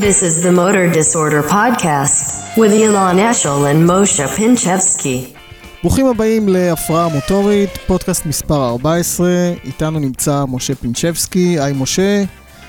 This is the Motor Disorder Podcast with Ilan Eshel and Moshe Pinchevsky. ברוכים הבאים להפרעה מוטורית, פודקאסט מספר 14. איתנו נמצא משה פינצ'בסקי. היי משה.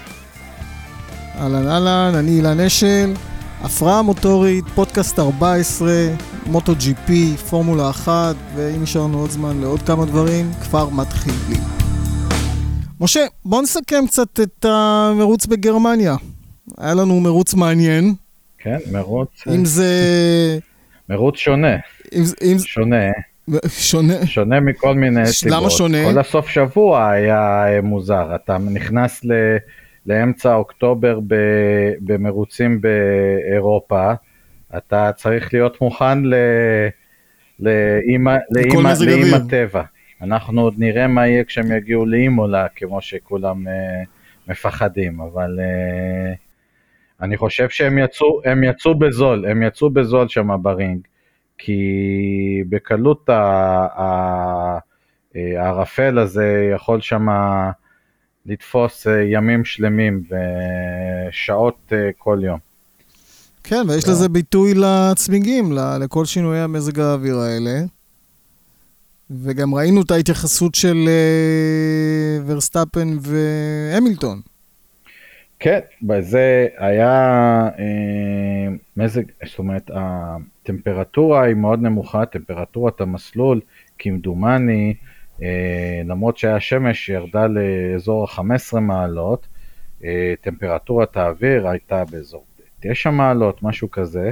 אהלן אהלן, אני אילן אשל. הפרעה מוטורית, פודקאסט 14, מוטו ג'י פי, פורמולה 1, ואם נשארנו עוד זמן לעוד כמה דברים, כבר מתחילים. משה, בוא נסכם קצת את המרוץ בגרמניה. היה לנו מרוץ מעניין. כן, מרוץ. אם זה... מרוץ שונה. שונה מכל מיני סיבות. למה שונה? כל הסוף שבוע היה מוזר. אתה נכנס לאמצע אוקטובר במרוצים באירופה, אתה צריך להיות מוכן לאמא טבע. אנחנו עוד נראה מה יהיה כשהם יגיעו לאימולה, כמו שכולם מפחדים, אבל אני חושב שהם יצאו בזול שם ברינג, כי בקלות הערפל הזה יכול שם לתפוס ימים שלמים ושעות כל יום. כן, ויש לזה ביטוי לצמיגים, לכל שינויי המזג האוויר האלה. וגם ראינו את ההתייחסות של ורסטאפן והמילטון. כן, בזה היה מזג, זאת אומרת, הטמפרטורה היא מאוד נמוכה, טמפרטורת המסלול, כמדומני, למרות שהשמש ירדה לאזור 15 מעלות, טמפרטורת האוויר הייתה באזור 9 מעלות, משהו כזה,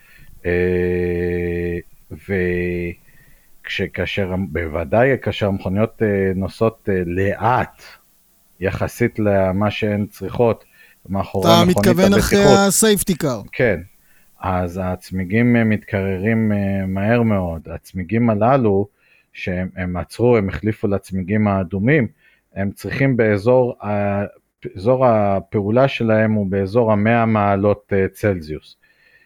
בוודאי כאשר המכוניות נוסעות לאט, יחסית למה שהן צריכות, מאחורי אתה מתכוון אחרי הסייפטי קאר. כן, אז הצמיגים מתקררים מהר מאוד, הצמיגים הללו, שהם עצרו, הם החליפו לצמיגים האדומים, הם צריכים אזור הפעולה שלהם הוא באזור 100 מעלות צלזיוס,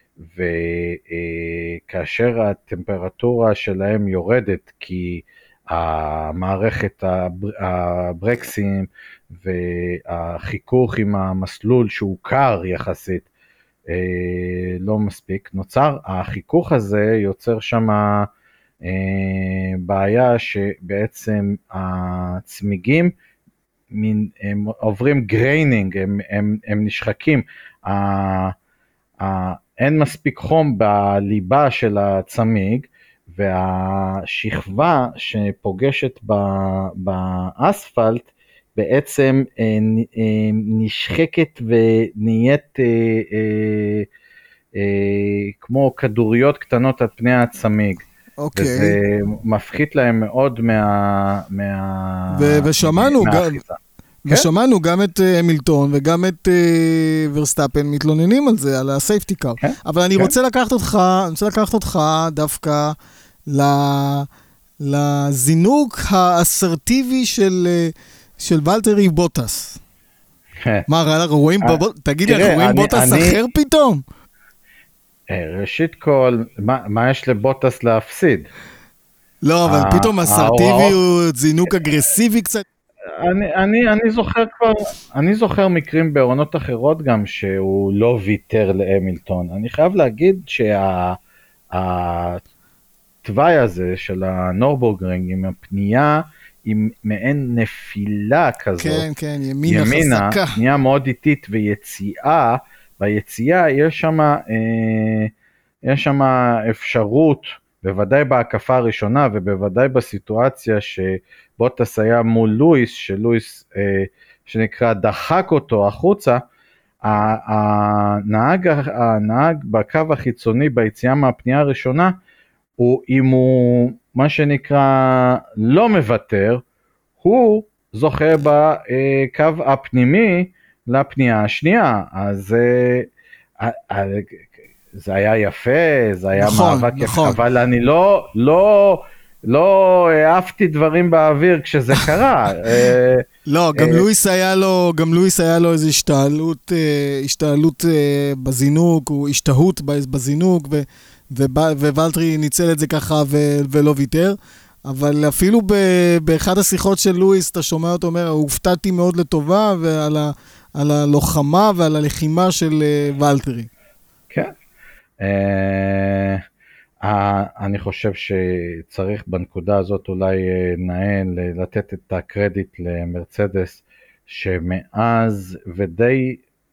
וכאשר הטמפרטורה שלהם יורדת, כי המערכת הברקסים והחיכוך עם המסלול שהוא קר יחסית, לא מספיק, נוצר, החיכוך הזה יוצר שמה, בעיה שבעצם הצמיגים הם עוברים גריינינג, הם נשחקים, אין מספיק חום בליבה של הצמיג, והשכבה שפוגשת באספלט בעצם נשחקת ונהיית כמו כדוריות קטנות על פני הצמיג. אוקיי. וזה מפחית להם מאוד ושמענו גם את המילטון וגם את ורסטאפן מתלוננים על זה, על הסייפטי קאר. אבל אני רוצה לקחת אותך דווקא לזינוק האסרטיבי של ולטרי בוטס. מה, תגיד לי, אנחנו רואים בוטס אחר פתאום? ראשית כל, מה יש לבוטס להפסיד? לא, אבל פתאום אסרטיביות, זינוק אגרסיבי קצת. אני זוכר מקרים בעונות אחרות גם שהוא לא ויתר להמילטון. אני חייב להגיד שהתוואי הזה של הנורבורגרינג עם הפנייה, עם מעין נפילה כזאת, כן, ימינה חזקה. פנייה מאוד איטית ויציאה, ביציאה יש שם אפשרות, בוודאי בהקפה הראשונה ובוודאי בסיטואציה שבוטס היה מול לואיס, שלואיס שנקרא דחק אותו החוצה, הנהג בקו החיצוני ביציאה מהפנייה הראשונה, אם הוא מה שנקרא לא מוותר, הוא זוכה בקו הפנימי לפנייה השנייה, אז זה היה יפה, זה היה מאבק יפה, אבל אני לא אהבתי דברים באוויר כשזה קרה. לא, גם לואיס היה לו איזו השתעלות בזינוק, או השתהות בזינוק, ווולטרי ניצל את זה ככה ולא ויתר. אבל אפילו באחד השיחות של לואיס, אתה שומע אותו אומר, הופתעתי מאוד לטובה, ועל הלוחמה ועל הלחימה של ולטרי. כן. אני חושב שצריך בנקודה הזאת אולי לתת את הקרדיט למרצדס, שמאז ודי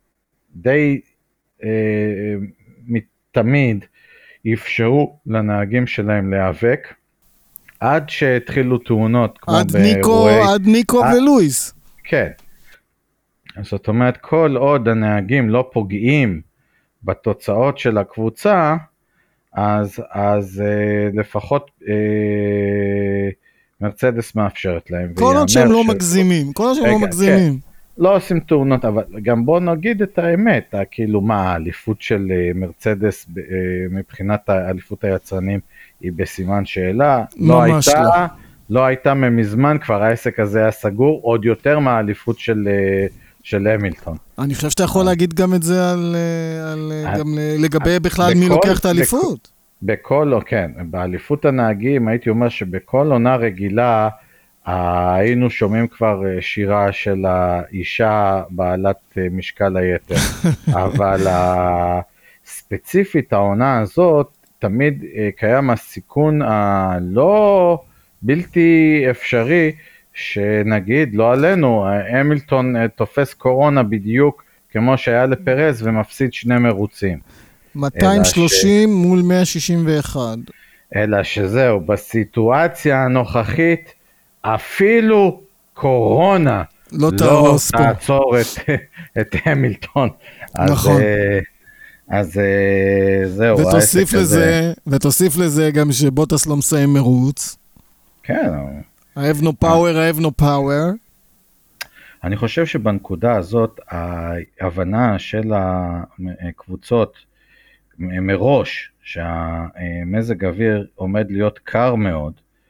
תמיד אפשרו לנהגים שלהם להיאבק, עד שהתחילו תאונות כמו עד ניקו ולואיס. כן. זאת אומרת, כל עוד הנהגים לא פוגעים בתוצאות של הקבוצה, אז לפחות מרצדס מאפשרת להם. כל עוד שהם לא מגזימים, לא עושים תאונות, אבל גם בוא נגיד את האמת, כאילו מה, האליפות של מרצדס מבחינת האליפות היצרנים היא בסימן שאלה, לא הייתה ממזמן, כבר העסק הזה היה סגור, עוד יותר מהאליפות של המילטון. אני חושב שאתה יכול להגיד גם את זה גם לגבי בכלל מי לוקח את האליפות. כן, באליפות הנהגים הייתי אומר שבכל עונה רגילה, היינו שומעים כבר שירה של האישה בעלת משקל היתר, אבל ספציפית העונה הזאת, תמיד קיים הסיכון הלא בלתי אפשרי, שנגיד, לא עלינו, המילטון תופס קורונה בדיוק כמו שהיה לפרז ומפסיד 2 מרוצים. 230 מול 161. אלא שזהו, בסיטואציה הנוכחית, אפילו קורונה לא תעצור את המילטון. נכון. אז זהו. ותוסיף לזה גם שבוטס לא מסיים מרוץ. כן. I have no power. אני חושב שבנקודה הזאת, ההבנה של הקבוצות מראש, שהמזג אוויר עומד להיות קר מאוד,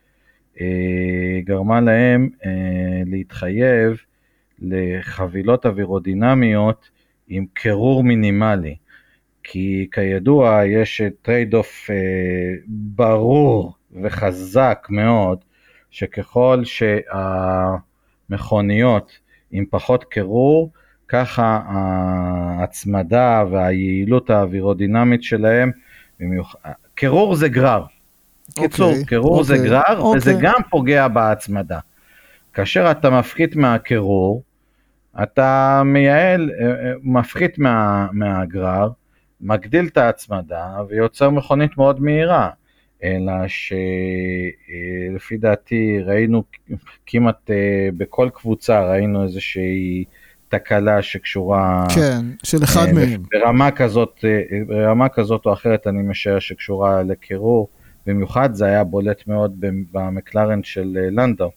גרמה להם להתחייב לחבילות אווירודינמיות עם קירור מינימלי, כי כידוע יש טרייד אוף ברור וחזק מאוד, שככל שהמכוניות עם פחות קירור, ככה ההצמדה והיעילות האווירודינמית שלהם, קירור זה גרר. קיצור, קירור זה גרר, וזה גם פוגע בהצמדה. כאשר אתה מפחית מהקירור, אתה מפחית מהגרר, מגדיל את ההצמדה, ויוצר מכונית מאוד מהירה. אלא שלפי דעתי ראינו כמעט בכל קבוצה, ראינו איזושהי תקלה שקשורה, כן, של אחד מהם. ברמה כזאת או אחרת אני משער שקשורה לקירור, במיוחד זה היה בולט מאוד במקלרן של לנדאו,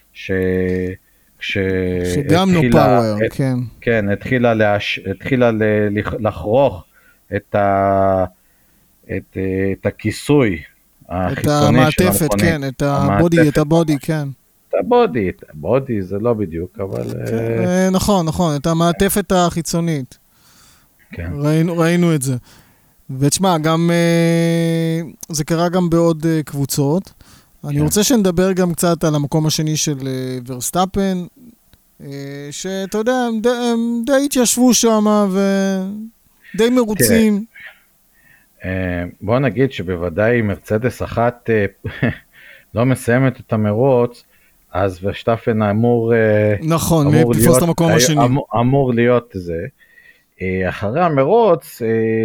שגם נו פאוור, כן. כן, התחילה לחרוך את הכיסוי החיצוני של המכונית. כן, את הבודי, כן. את הבודי זה לא בדיוק, אבל... נכון, את המעטפת החיצונית. כן. ראינו את זה. ותשמע, גם זה קרה גם בעוד קבוצות. אני רוצה שנדבר גם קצת על המקום השני של ורסטאפן, שאתה יודע, הם די התיישבו שם ודי מרוצים. בוא נגיד שבוודאי מרצדס אחת לא מסיימת את המרוץ, אז ורסטאפן אמור לתפוס את המקום השני. אמור להיות זה. אחרי המרוץ,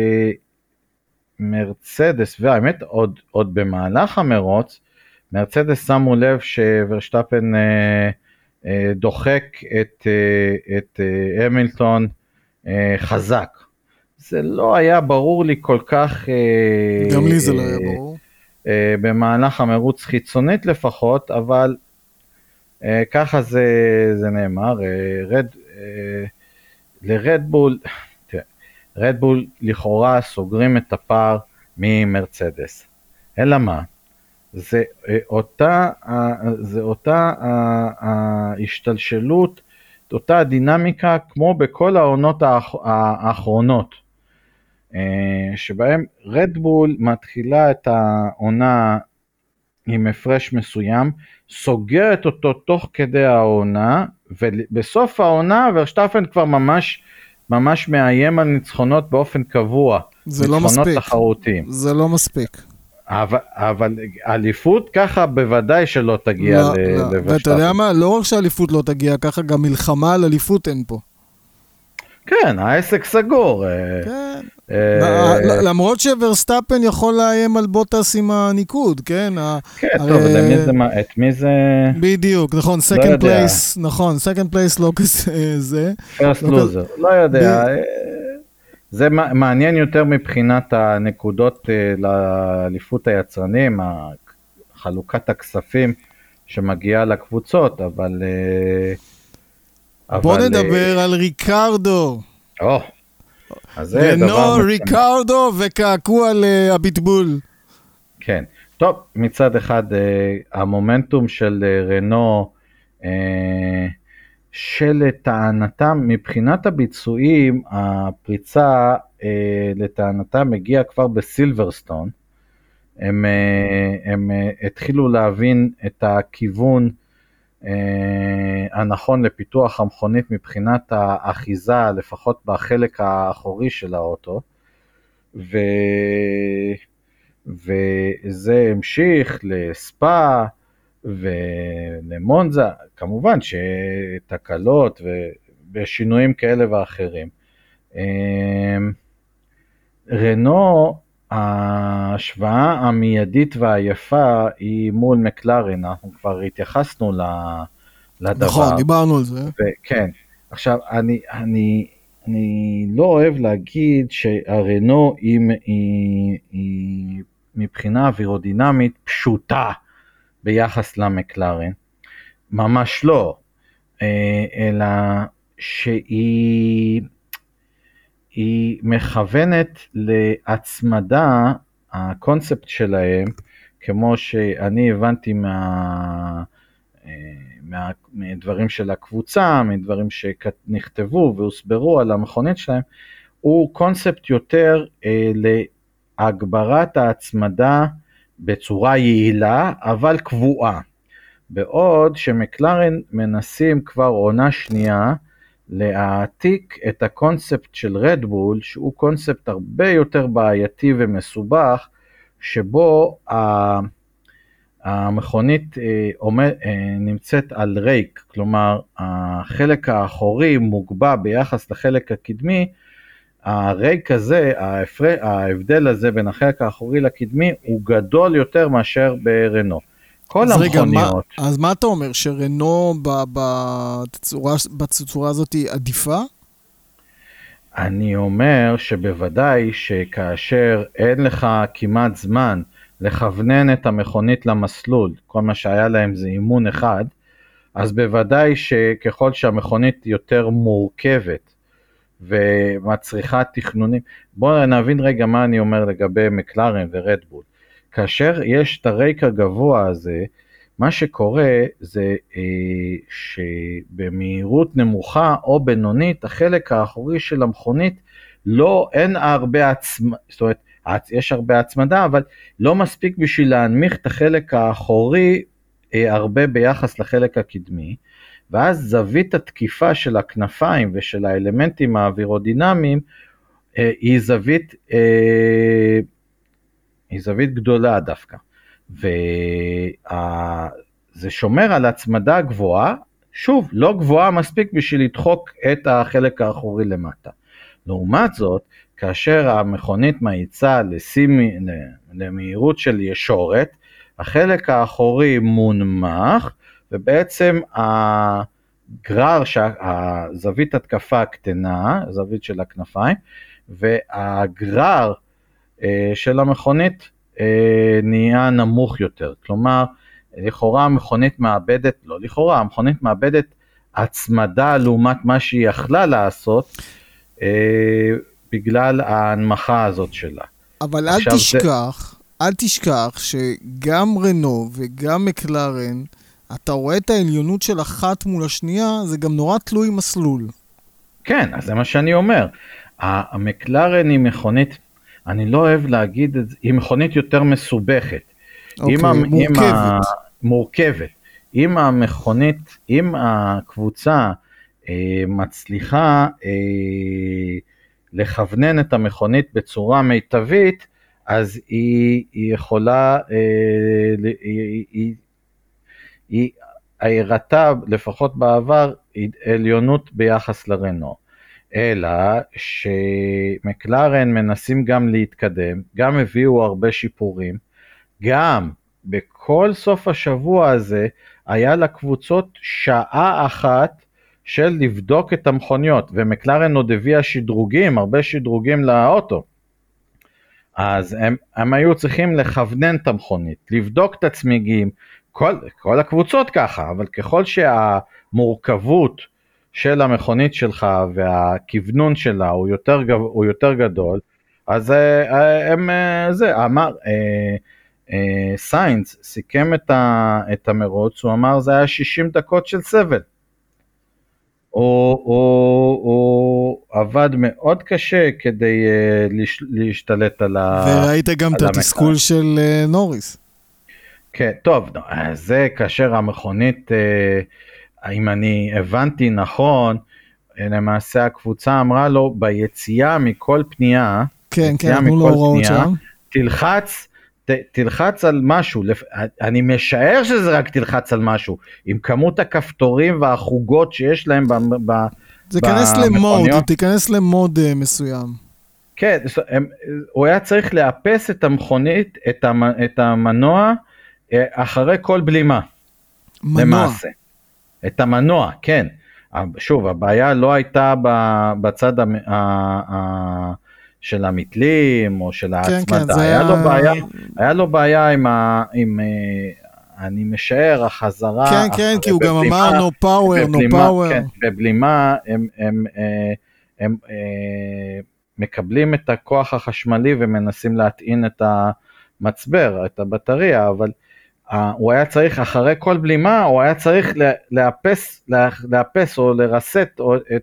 מרצדס, והאמת עוד במהלך המרוץ, מרצדס שמו לב שוורסטאפן דוחק את המילטון חזק. זה לא היה ברור לי כל כך, גם לי זה לא היה ברור. במהלך המרוץ חיצונית לפחות, אבל ככה זה נאמר, לרדבול, רדבול לכאורה סוגרים את הפער ממרצדס. אלא מה? זה אותה ההשתלשלות, אותה הדינמיקה כמו בכל העונות האחרונות, שבהם רדבול מתחילה את העונה עם הפרש מסוים, סוגרת אותו תוך כדי העונה, ובסוף העונה ורשטפן כבר ממש מאיים על ניצחונות באופן קבוע. זה לא מספיק. ניצחונות תחרותיים. זה לא מספיק. אבל אליפות ככה בוודאי שלא תגיע לוושטפן. ואתה יודע מה? לא רק שהאליפות לא תגיע, ככה גם מלחמה על אליפות אין פה. כן, העסק סגור. כן. למרות שוורסטאפן יכול לאיים על בוטס עם הניקוד, כן? כן, טוב, את מי זה... בדיוק, נכון, second place, נכון, second place לא כזה. first loser, לא יודע. זה מעניין יותר מבחינת הנקודות לאליפות היצרנים, חלוקת הכספים שמגיעה לקבוצות, אבל... בוא נדבר על ריקרדו. רנו, ריקרדו וקעקוע לאביטבול. כן, טוב, מצד אחד המומנטום של רנו, שלטענתם, מבחינת הביצועים, הפריצה לטענתם הגיעה כבר בסילברסטון, הם התחילו להבין את הכיוון הנכון לפיתוח המכונית מבחינת האחיזה, לפחות בחלק האחורי של האוטו, וזה המשיך לספא ולמונזה, כמובן שתקלות ושינויים כאלה ואחרים. רנו, ההשוואה המיידית והיפה היא מול מקלרן, אנחנו כבר התייחסנו לדבר. נכון, דיברנו על זה. כן, עכשיו אני לא אוהב להגיד שהרנו היא מבחינה אווירודינמית פשוטה ביחס למקלרן, ממש לא, אלא שהיא מכוונת להצמדה, הקונספט שלהם, כמו שאני הבנתי מדברים של הקבוצה, מדברים שנכתבו והוסברו על המכונית שלהם, הוא קונספט יותר להגברת ההצמדה בצורה יעילה, אבל קבועה. בעוד שמקלרן מנסים כבר עונה שנייה, להעתיק את הקונספט של רדבול, שהוא קונספט הרבה יותר בעייתי ומסובך, שבו המכונית נמצאת על ריק, כלומר החלק האחורי מוגבה ביחס לחלק הקדמי, הריק הזה, ההבדל הזה בין החלק האחורי לקדמי, הוא גדול יותר מאשר ברנו. כל המכוניות. אז מה אתה אומר, שרנו בצורה הזאת היא עדיפה? אני אומר שבוודאי שכאשר אין לך כמעט זמן לכוונן את המכונית למסלול, כל מה שהיה להם זה אימון אחד, אז בוודאי שככל שהמכונית יותר מורכבת ומצריכה תכנונים, בואו נבין רגע מה אני אומר לגבי מקלרן ורדבול. כאשר יש את הרייק הגבוה הזה, מה שקורה זה שבמהירות נמוכה או בינונית, החלק האחורי של המכונית אין הרבה זאת אומרת, יש הרבה הצמדה, אבל לא מספיק בשביל להנמיך את החלק האחורי הרבה ביחס לחלק הקדמי, ואז זווית התקיפה של הכנפיים ושל האלמנטים האווירודינמיים היא זווית גדולה דווקא, וזה שומר על הצמדה גבוהה, שוב, לא גבוהה מספיק בשביל לדחוק את החלק האחורי למטה. לעומת זאת, כאשר המכונית מאיצה למהירות של ישורת, החלק האחורי מונמך, ובעצם הגרר, הזווית התקפה הקטנה, הזווית של הכנפיים, והגרר של המכונית נהיה נמוך יותר. כלומר, לכאורה המכונית מאבדת, לא לכאורה, המכונית מאבדת הצמדה לעומת מה שהיא יכלה לעשות, בגלל ההנמכה הזאת שלה. אבל אל תשכח שגם רנו וגם מקלרן, אתה רואה את העליונות של אחת מול השנייה, זה גם נורא תלוי מסלול. כן, אז זה מה שאני אומר. המקלרן היא מכונית, אני לא אוהב להגיד את זה, היא מכונית יותר מסובכת. מורכבת. אם המכונית, אם הקבוצה מצליחה לכוונן את המכונית בצורה מיטבית, אז היא יכולה, היא הראתה לפחות בעבר עליונות ביחס לרנו, אלא שמקלרן מנסים גם להתקדם, גם הביאו הרבה שיפורים, גם בכל סוף השבוע הזה היה לקבוצות שעה אחת של לבדוק את המכוניות, ומקלרן עוד הביאה שדרוגים, הרבה שדרוגים לאוטו, אז הם היו צריכים לכוונן את המכונית, לבדוק את הצמיגים, כל הקבוצות ככה, אבל ככל שהמורכבות של המכונית שלך והכוונון שלה הוא יותר גדול, אז אמר, סיינס סיכם את המרוץ, הוא אמר זה היה 60 דקות של סבל. הוא עבד מאוד קשה כדי להשתלט על המקרה. וראית גם את התסכול של נוריס. כן, טוב, זה כאשר המכונית, אם אני הבנתי נכון, למעשה הקבוצה אמרה לו, ביציאה מכל פנייה, כן, נתנו לו הוראות שם. תלחץ על משהו, אני משער שזה רק תלחץ על משהו, עם כמות הכפתורים והחוגות שיש להם זה תיכנס למוד מסוים. כן, הוא היה צריך לאפס את המכונית, את המנוע, אחרי כל בלימה. למעשה. את המנוע, כן. שוב, הבעיה לא הייתה בצד של המתלים, או של ההצמדה. היה לו בעיה עם אני משער, החזרה. כן, כי הוא גם אמר no power. כן, בבלימה הם מקבלים את הכוח החשמלי, ומנסים להטעין את המצבר, את הבטריה, אבל הוא היה צריך, אחרי כל בלימה, הוא היה צריך לאפס או לרסט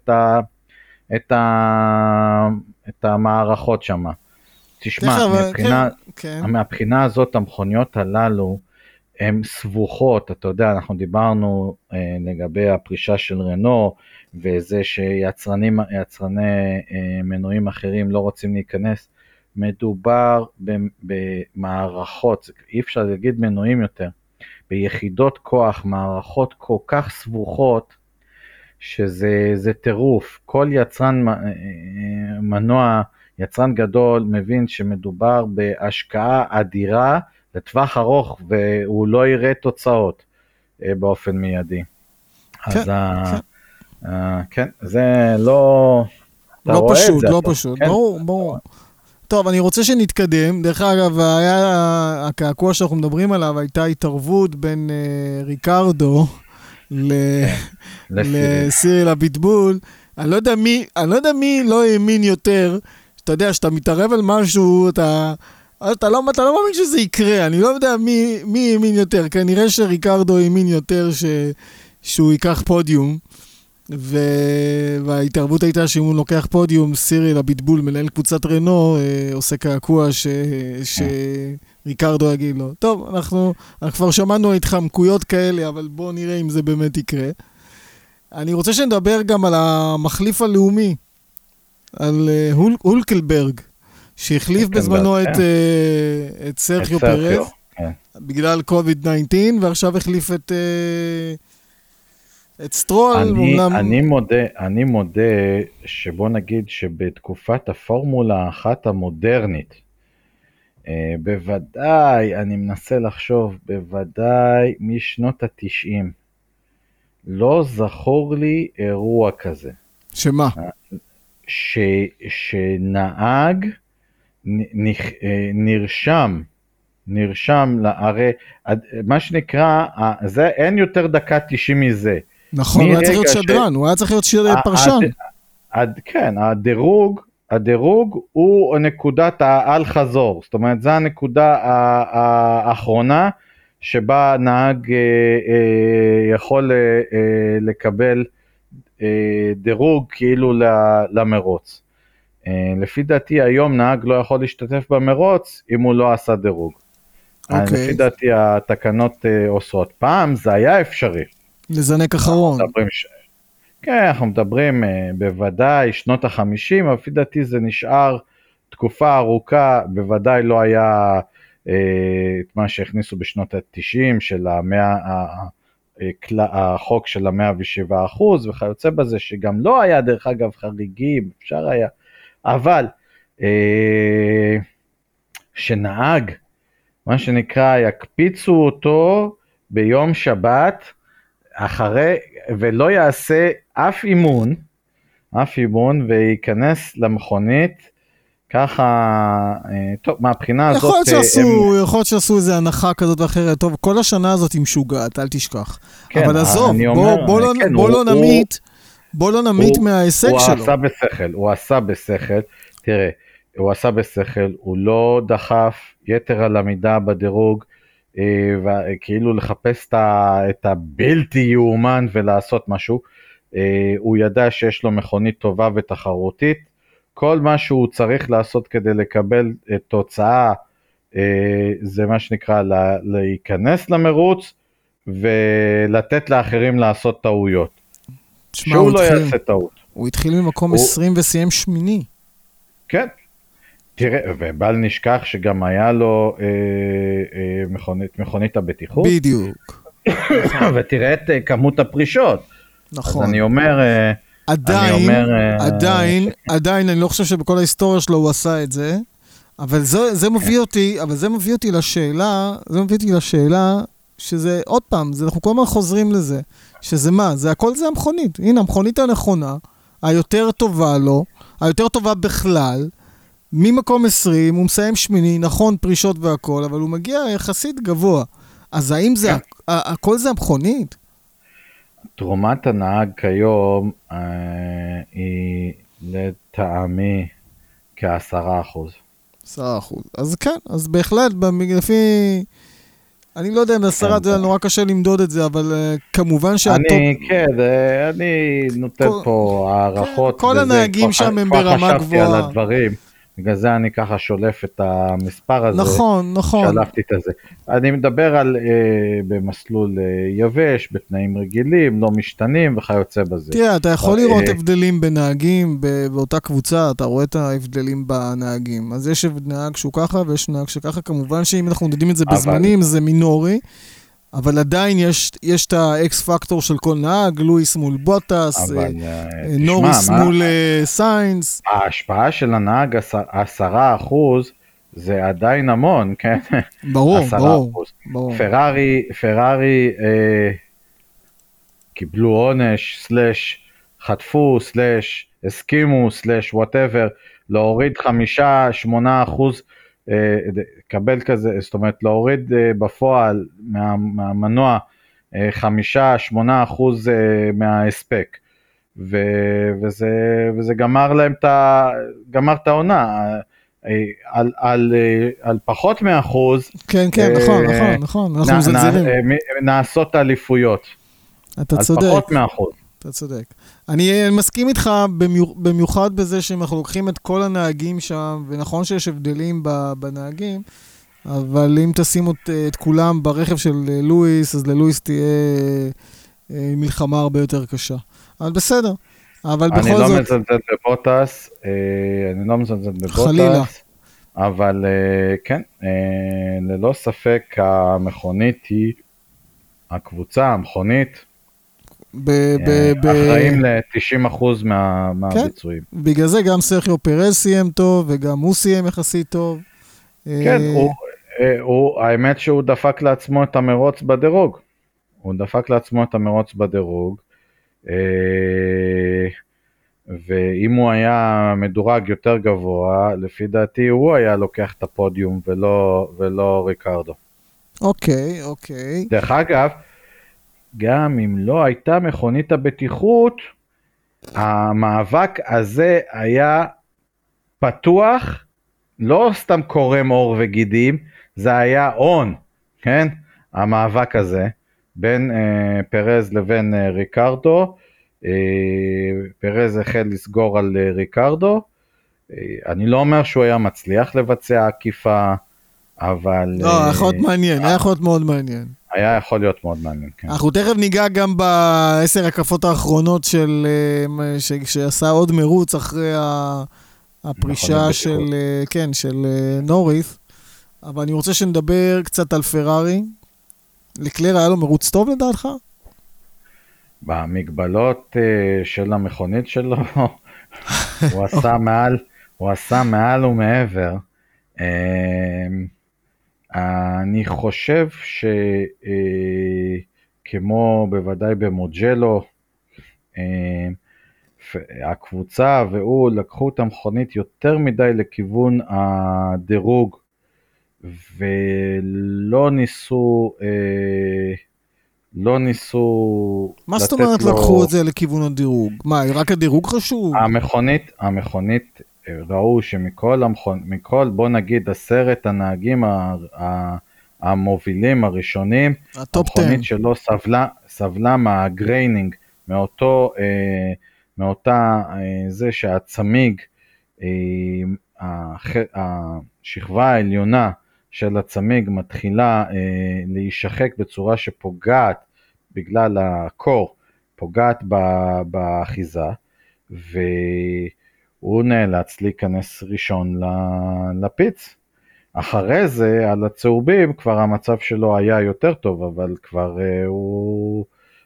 את המערכות שם. תשמע, מהבחינה הזאת, המכוניות הללו, הן סבוכות, אתה יודע, אנחנו דיברנו לגבי הפרישה של רנו, וזה שיצרני מנועים אחרים לא רוצים להיכנס, מדובר במערכות, אי אפשר להגיד מנועים יותר, ביחידות כוח, מערכות כל כך סבוכות, שזה טירוף. כל יצרן מנוע, יצרן גדול, מבין שמדובר בהשקעה אדירה, לטווח ארוך, והוא לא יראה תוצאות באופן מיידי. אז כן, זה לא פשוט, לא פשוט, ברור. טוב, אני רוצה שנתקדם. דרך אגב, הקעקוע שאנחנו מדברים עליו, הייתה התערבות בין ריקרדו לסיריל הביטבול. אני לא יודע מי לא האמין יותר. אתה יודע, שאתה מתערב על משהו, אתה לא מאמין שזה יקרה. אני לא יודע מי האמין יותר. כנראה שריקרדו האמין יותר שהוא ייקח פודיום. וההתערבות הייתה שאם הוא לוקח פודיום, סיריל הביטבול, מנהל קבוצת רנו, עושה קעקוע שריקרדו יגיד לו. טוב, אנחנו כבר שמענו התחמקויות כאלה, אבל בואו נראה אם זה באמת יקרה. אני רוצה שנדבר גם על המחליף הלאומי, על הולקלברג, שהחליף בזמנו את סרחיו פרז, בגלל קוביד-19, ועכשיו החליף את סטרול. אני מודה שבוא נגיד שבתקופת הפורמולה אחת המודרנית, בוודאי, אני מנסה לחשוב, בוודאי משנות ה-90, לא זכור לי אירוע כזה. שמה? שנהג נרשם, הרי מה שנקרא, זה אין יותר דקה 90 מזה. נכון, הוא היה צריך להיות שדרן, הוא היה צריך להיות פרשן. כן, הדירוג הוא נקודת העל חזור, זאת אומרת, זו הנקודה האחרונה, שבה נהג יכול לקבל דירוג כאילו למרוץ. לפי דעתי היום נהג לא יכול להשתתף במרוץ אם הוא לא עשה דירוג. לפי דעתי התקנות עושות. פעם זה היה אפשרי. לזנק אחרון. כן, אנחנו מדברים בוודאי שנות ה-50, אבל לפי דעתי זה נשאר תקופה ארוכה, בוודאי לא היה את מה שהכניסו בשנות ה-90 של החוק של ה-107% וכיוצא בזה, שגם לא היה דרך אגב חריגים, אפשר היה, אבל שנהג, מה שנקרא, יקפיצו אותו ביום שבת, אחרי, ולא יעשה אף אימון, וייכנס למכונית, ככה, טוב, מהבחינה הזאת... יכול להיות שעשו איזה הנחה כזאת ואחרת, טוב, כל השנה הזאת היא משוגעת, אל תשכח. כן, אבל עזוב, בוא לא נמית מההישג שלו. הוא עשה בשכל, תראה, הוא לא דחף יתר על המידה בדירוג, וכאילו לחפש את הבלתי יאומן ולעשות משהו, הוא ידע שיש לו מכונית טובה ותחרותית, כל מה שהוא צריך לעשות כדי לקבל תוצאה, זה מה שנקרא להיכנס למרוץ, ולתת לאחרים לעשות טעויות. שהוא לא יעשה טעות. הוא התחיל ממקום 20 וסיים שמיני. כן. תראה, ובל נשכח שגם היה לו מכונית הבטיחות. בדיוק. ותראה את כמות הפרישות. נכון. אז אני אומר... עדיין, אני לא חושב שבכל ההיסטוריה שלו הוא עשה את זה, אבל זה מביא אותי לשאלה, שזה, עוד פעם, אנחנו כל הזמן חוזרים לזה, שזה מה? הכל זה המכונית. הנה, המכונית הנכונה, היותר טובה לו, היותר טובה בכלל, ממקום 20, הוא מסיים שמיני, נכון, פרישות והכל, אבל הוא מגיע יחסית גבוה. אז האם זה, הכל זה המכונית? תרומת הנהג כיום היא לטעמי כ10%. 10%. אז כן, אז בהחלט, לפי... אני לא יודע אם 10 זה נורא קשה למדוד את זה, אבל כמובן שהטופ... אני נותן פה הערכות. כל הנהגים שם הם ברמה גבוהה. חשבתי על הדברים. בגלל זה אני ככה שולף את המספר הזה. נכון. שלפתי את זה. אני מדבר על במסלול יבש, בתנאים רגילים, לא משתנים וכיוצא בזה. תראה, אתה יכול לראות הבדלים בנהגים באותה קבוצה, אתה רואה את ההבדלים בנהגים. אז יש נהג שהוא ככה ויש נהג שככה, כמובן שאם אנחנו מודדים את זה בזמנים זה מינורי, אבל עדיין יש את האקס פקטור של כל נהג, לואיס מול בוטס, נוריס מול סיינס. ההשפעה של הנהג 10% זה עדיין המון, כן? ברור. פרארי קיבלו עונש, חטפו, הסכימו, whatever, להוריד 5-8%, קבל כזה, זאת אומרת, להוריד בפועל מהמנוע 5-8% מההספק, וזה גמר להם את העונה, על פחות מאחוז. כן, נכון, אנחנו מזלזלים. נעשות אליפויות. אתה צודק. על פחות מאחוז. אתה צודק. אני מסכים איתך במיוחד בזה שאנחנו לוקחים את כל הנהגים שם, ונכון שיש הבדלים בנהגים, אבל אם תשים את כולם ברכב של לואיס, אז ללואיס תהיה מלחמה הרבה יותר קשה. אבל בסדר. אבל בכל זאת... אני לא מזלזל בבוטס, חלילה. אבל כן, ללא ספק המכונית היא, הקבוצה, המכונית, אחראים ל-90% מהביצועים. בגלל זה גם סרחיו פרז סיים טוב, וגם הוא סיים יחסית טוב. כן, האמת שהוא דפק לעצמו את המרוץ בדירוג. ואם הוא היה מדורג יותר גבוה, לפי דעתי הוא היה לוקח את הפודיום ולא ריקרדו. אוקיי. דרך אגב, גם אם לא הייתה מכונית הבטיחות, המאבק הזה היה פתוח, לא סתם קורם עור וגידים, זה היה און, כן? המאבק הזה, בין פרז לבין ריקרדו, פרז החל לסגור על ריקרדו, אני לא אומר שהוא היה מצליח לבצע עקיפה, אבל... לא, היה יכול להיות מעניין, היה יכול להיות מאוד מעניין. היה יכול להיות מאוד מעניין, כן. אנחנו תכף ניגע גם ב10 הקפות האחרונות שעשה עוד מרוץ אחרי הפרישה של נוריס, אבל אני רוצה שנדבר קצת על פרארי. לקלר היה לו מרוץ טוב לדעתך? במגבלות של המכונית שלו, הוא עשה מעל ומעבר. אני חושב שכמו בוודאי במוג'לו, הקבוצה והוא לקחו את המכונית יותר מדי לכיוון הדירוג, ולא ניסו, מה זאת אומרת לקחו את זה לכיוון הדירוג? מה, רק הדירוג חשוב? המכונית ראו שמכל, בוא נגיד 10 הנהגים המובילים הראשונים, המכונית שלו סבלה מהגריינינג, מאותה זה שהצמיג, השכבה העליונה של הצמיג מתחילה להישחק בצורה שפוגעת בגלל הקור, פוגעת באחיזה, והוא נאלץ להיכנס ראשון לפיץ. אחרי זה, על הצהובים, כבר המצב שלו היה יותר טוב, אבל כבר הוא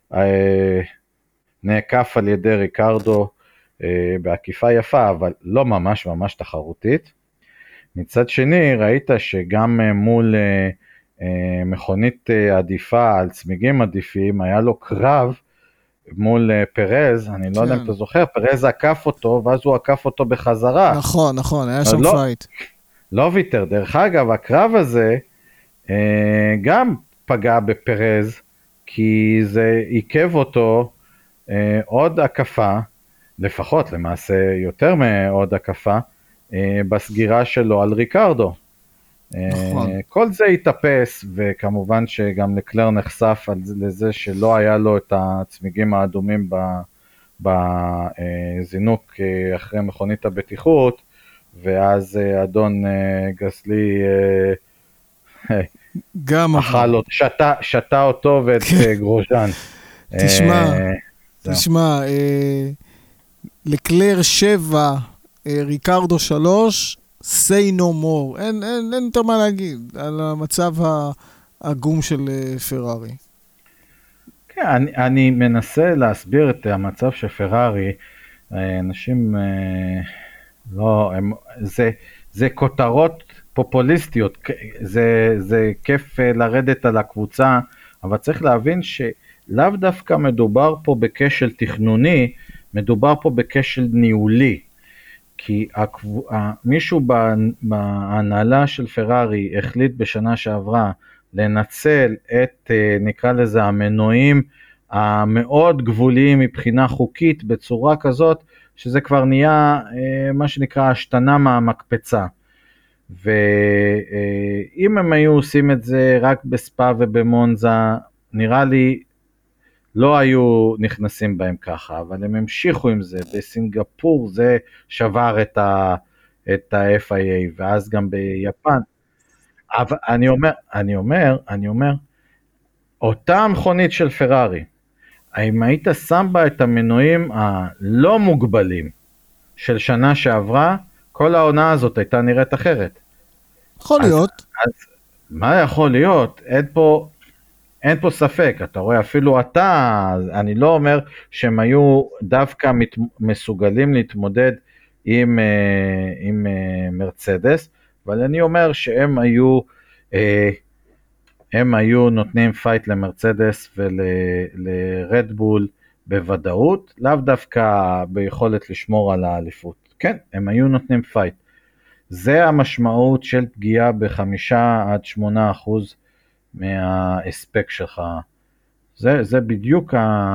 נעקף על ידי ריקרדו בעקיפה יפה, אבל לא ממש תחרותית. מצד שני, ראית שגם מול מכונית עדיפה על צמיגים עדיפים, היה לו קרב מול פרז, אני לא יודע אם אתה זוכר, פרז עקף אותו, ואז הוא עקף אותו בחזרה. נכון, היה שם פייט. לא ויתר, דרך אגב, הקרב הזה גם פגע בפרז, כי זה עיכב אותו עוד עקפה, לפחות למעשה יותר מעוד עקפה, בסגירה שלו על ריקרדו. נכון. כל זה התאפס, וכמובן שגם לקלר נחשף לזה שלא היה לו את הצמיגים האדומים בזינוק אחרי מכונית הבטיחות, ואז אדון גסלי גם אכל אותו, שתה אותו ואת גרוז'אן. תשמע, לקלר 7, ריקרדו 3, say no more. אין יותר מה להגיד על המצב העגום של פרארי. כן, אני מנסה להסביר את המצב של פרארי. אנשים לא, זה כותרות פופוליסטיות, זה כיף לרדת על הקבוצה, אבל צריך להבין שלאו דווקא מדובר פה בכשל תכנוני, מדובר פה בכשל ניהולי. כי מישהו בהנהלה של פרארי החליט בשנה שעברה לנצל את, נקרא לזה, המנועים המאוד גבוליים מבחינה חוקית בצורה כזאת, שזה כבר נהיה מה שנקרא השתנה מהמקפצה. ואם הם היו עושים את זה רק בספא ובמונזה, נראה לי לא היו נכנסים בהם ככה, אבל הם המשיכו עם זה. בסינגפור זה שבר את ה-FIA, ואז גם ביפן. אבל אני אומר, אותה מכונית של פרארי, אם היית שם בה את המנועים הלא מוגבלים של שנה שעברה, כל העונה הזאת הייתה נראית אחרת. יכול להיות. אז מה יכול להיות? אין פה ספק, אתה רואה, אפילו אני לא אומר שהם היו דווקא מסוגלים להתמודד עם מרצדס, אבל אני אומר שהם היו נותנים פייט למרצדס ולרדבול בוודאות, לאו דווקא ביכולת לשמור על האליפות. כן, הם היו נותנים פייט. זה המשמעות של פגיעה ב5-8% מהאספק שלך. זה בדיוק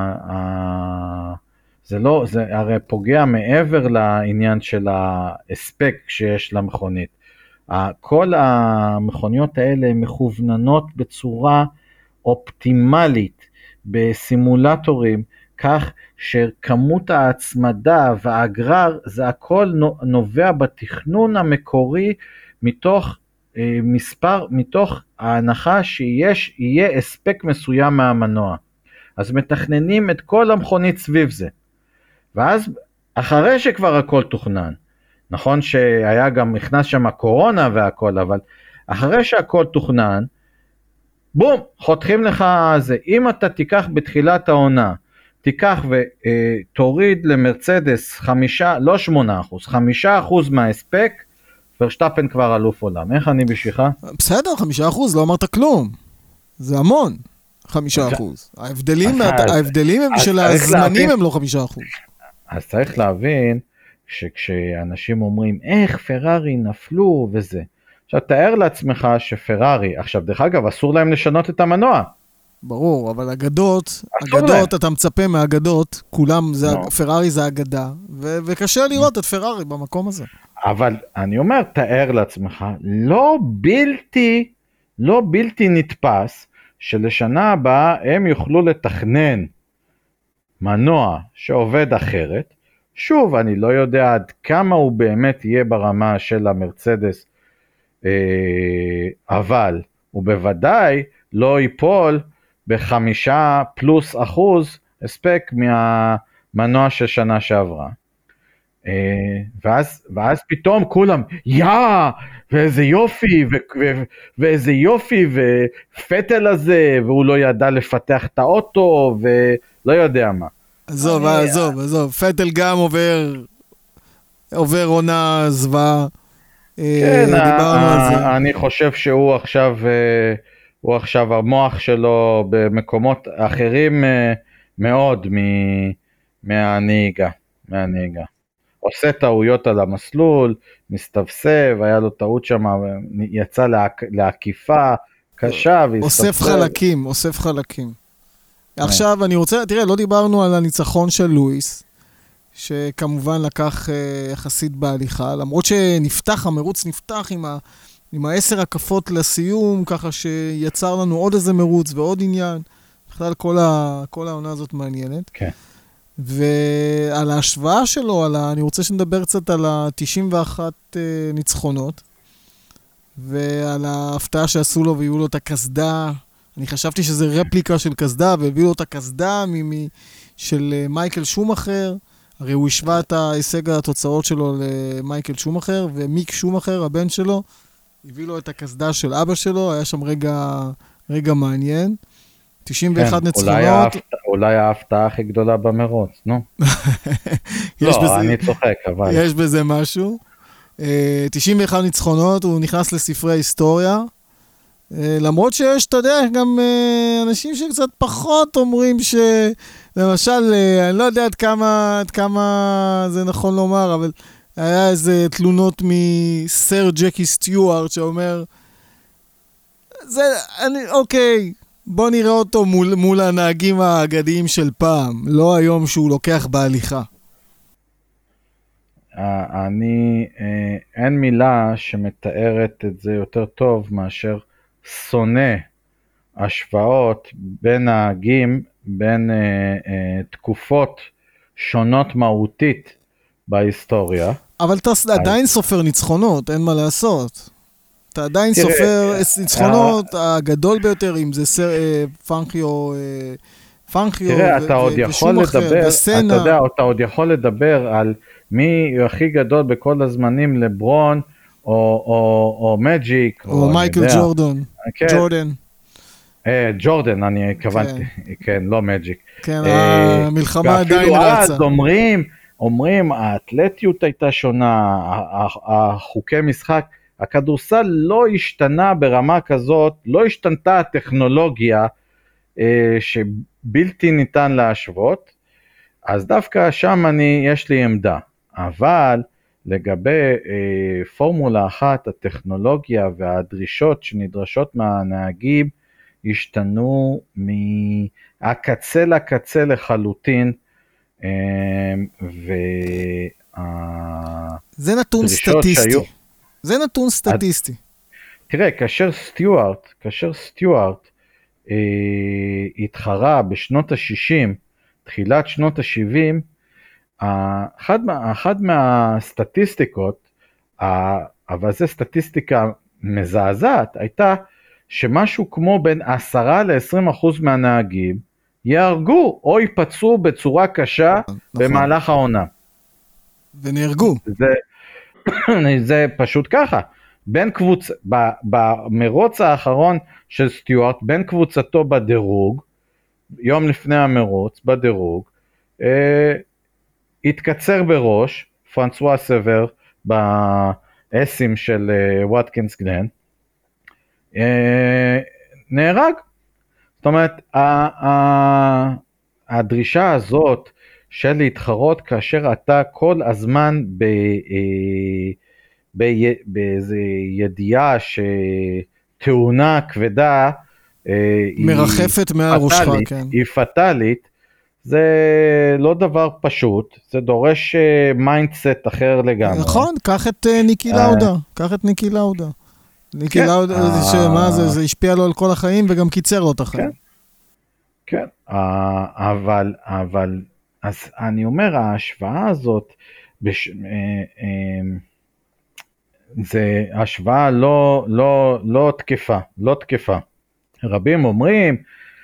זה הרי פוגע מעבר לעניין של האספק שיש למכונית. כל המכוניות האלה מכווננות בצורה אופטימלית בסימולטורים, כך שכמות ההצמדה והאגרר זה הכל נובע בתכנון המקורי מתוך מספר מתוך ההנחה שיהיה הספק מסוים מהמנוע. אז מתכננים את כל המכונית סביב זה. ואז אחרי שכבר הכל תוכנן, נכון שהיה גם נכנס שם הקורונה והכל, אבל אחרי שהכל תוכנן, בום, חותכים לך זה. אם אתה תיקח בתחילת העונה, תיקח ותוריד למרצדס 5% מההספק, ורשטאפן כבר אלוף עולם. איך אני בשבילך? בסדר, 5%, לא אמרת כלום. זה המון, 5%. ההבדלים הם של הזמנים הם לא 5%. אז צריך להבין שכשאנשים אומרים, איך פרארי נפלו וזה. עכשיו, תאר לעצמך שפרארי, עכשיו דרך אגב, אסור להם לשנות את המנוע. ברור, אבל אגדות, אתה מצפה מהאגדות, כולם, פרארי זה אגדה, וקשה לראות את פרארי במקום הזה. אבל אני אומר, תאר לעצמך, לא בלתי נתפס, שלשנה הבאה הם יוכלו לתכנן מנוע שעובד אחרת. שוב, אני לא יודע עד כמה הוא באמת יהיה ברמה של המרצדס, אבל הוא בוודאי לא ייפול ב5+% הספק מהמנוע של שנה שעברה. ואז פתאום כולם, ואיזה יופי, ואיזה יופי, ופטל הזה, והוא לא ידע לפתח את האוטו, ולא יודע מה. עזוב, פטל גם עובר עונה זווה. כן, אני חושב שהוא עכשיו המוח שלו במקומות אחרים מאוד מהנהיגה. עושה טעויות על המסלול, מסתבסב, היה לו טעות שם, יצא לעקיפה קשה. אוסף חלקים. עכשיו אני רוצה, תראה, לא דיברנו על הניצחון של לואיס, שכמובן לקח יחסית בהליכה, למרות המרוץ נפתח עם 10 הקפות לסיום, ככה שיצר לנו עוד איזה מרוץ ועוד עניין. בכלל כל העונה הזאת מעניינת. כן. ועל ההשוואה שלו, אני רוצה שנדבר קצת על ה-91 ניצחונות, ועל ההפתעה שעשו לו והביאו לו את הכסדה. אני חשבתי שזה רפליקה של כסדה, והביאו לו את הכסדה של מייקל שומאחר. הרי הוא השווה את ההישג התוצאות שלו למייקל שומאחר, ומיק שומאחר, הבן שלו, הביא לו את הכסדה של אבא שלו. היה שם רגע מעניין. 91 ניצחונות. אולי ההפתעה הכי גדולה במרוץ, נו. אני צוחק, אבל. יש בזה משהו. 91 ניצחונות, הוא נכנס לספרי היסטוריה. למרות שיש, אתה יודע, גם אנשים שקצת פחות אומרים למשל, אני לא יודע עד כמה זה נכון לומר, אבל היה איזה תלונות מסר ג'קי סטיוארט שאומר, אוקיי, בוא נראה אותו מול הנהגים האגדיים של פעם, לא היום שהוא לוקח בהליכה. אין מילה שמתארת את זה יותר טוב מאשר שונא השוואות בין נהגים, בין תקופות שונות מהותית בהיסטוריה. אבל אתה עדיין סופר ניצחונות, אין מה לעשות. אתה עדיין סופר ניצחונות, הגדול ביותר, אם זה פנחיו ושומאחר וסנה. אתה יודע, אתה עוד יכול לדבר על מי הכי גדול בכל הזמנים, לברון, או מג'יק. או מייקל ג'ורדן, אני התכוונתי, כן, לא מג'יק. כן, המלחמה עדיין רצה. אז אומרים, האתלטיות הייתה שונה, החוקי משחק, הכדורסל לא השתנה ברמה כזאת, לא השתנתה הטכנולוגיה שבלתי ניתן להשוות, אז דווקא שם יש לי עמדה, אבל לגבי פורמולה אחת, הטכנולוגיה והדרישות שנדרשות מהנהגים השתנו מהקצה לקצה לחלוטין, זה נתון סטטיסטי. זה נתון סטטיסטי. תראה, כאשר סטיוארט התחרה בשנות ה-60, תחילת שנות ה-70, אחת מהסטטיסטיקות, אבל זו סטטיסטיקה המזעזעת הייתה שמשהו כמו בין 10-20% מהנהגים יהרגו או ייפצעו בצורה קשה במהלך העונה. ונהרגו. זה פשוט ככה. במרוץ האחרון של סטיוארט, בין קבוצתו בדירוג, יום לפני המרוץ בדירוג, התקצר בראש, פרנסואה סבר באסים של וואטקינס גלן, נהרג. זאת אומרת, הדרישה הזאת של להתחרות כאשר אתה כל הזמן באיזו ידיעה שתאונה כבדה מרחפת מהראשך, כן. היא פטלית, זה לא דבר פשוט, זה דורש מיינדסט אחר לגמרי. נכון, קח את ניקי לאודה, ניקי לאודה, זה השפיע לו על כל החיים וגם קיצר לו את החיים. כן, אבל אז אני אומר, ההשוואה הזאת, זה השוואה לא תקפה. רבים אומרים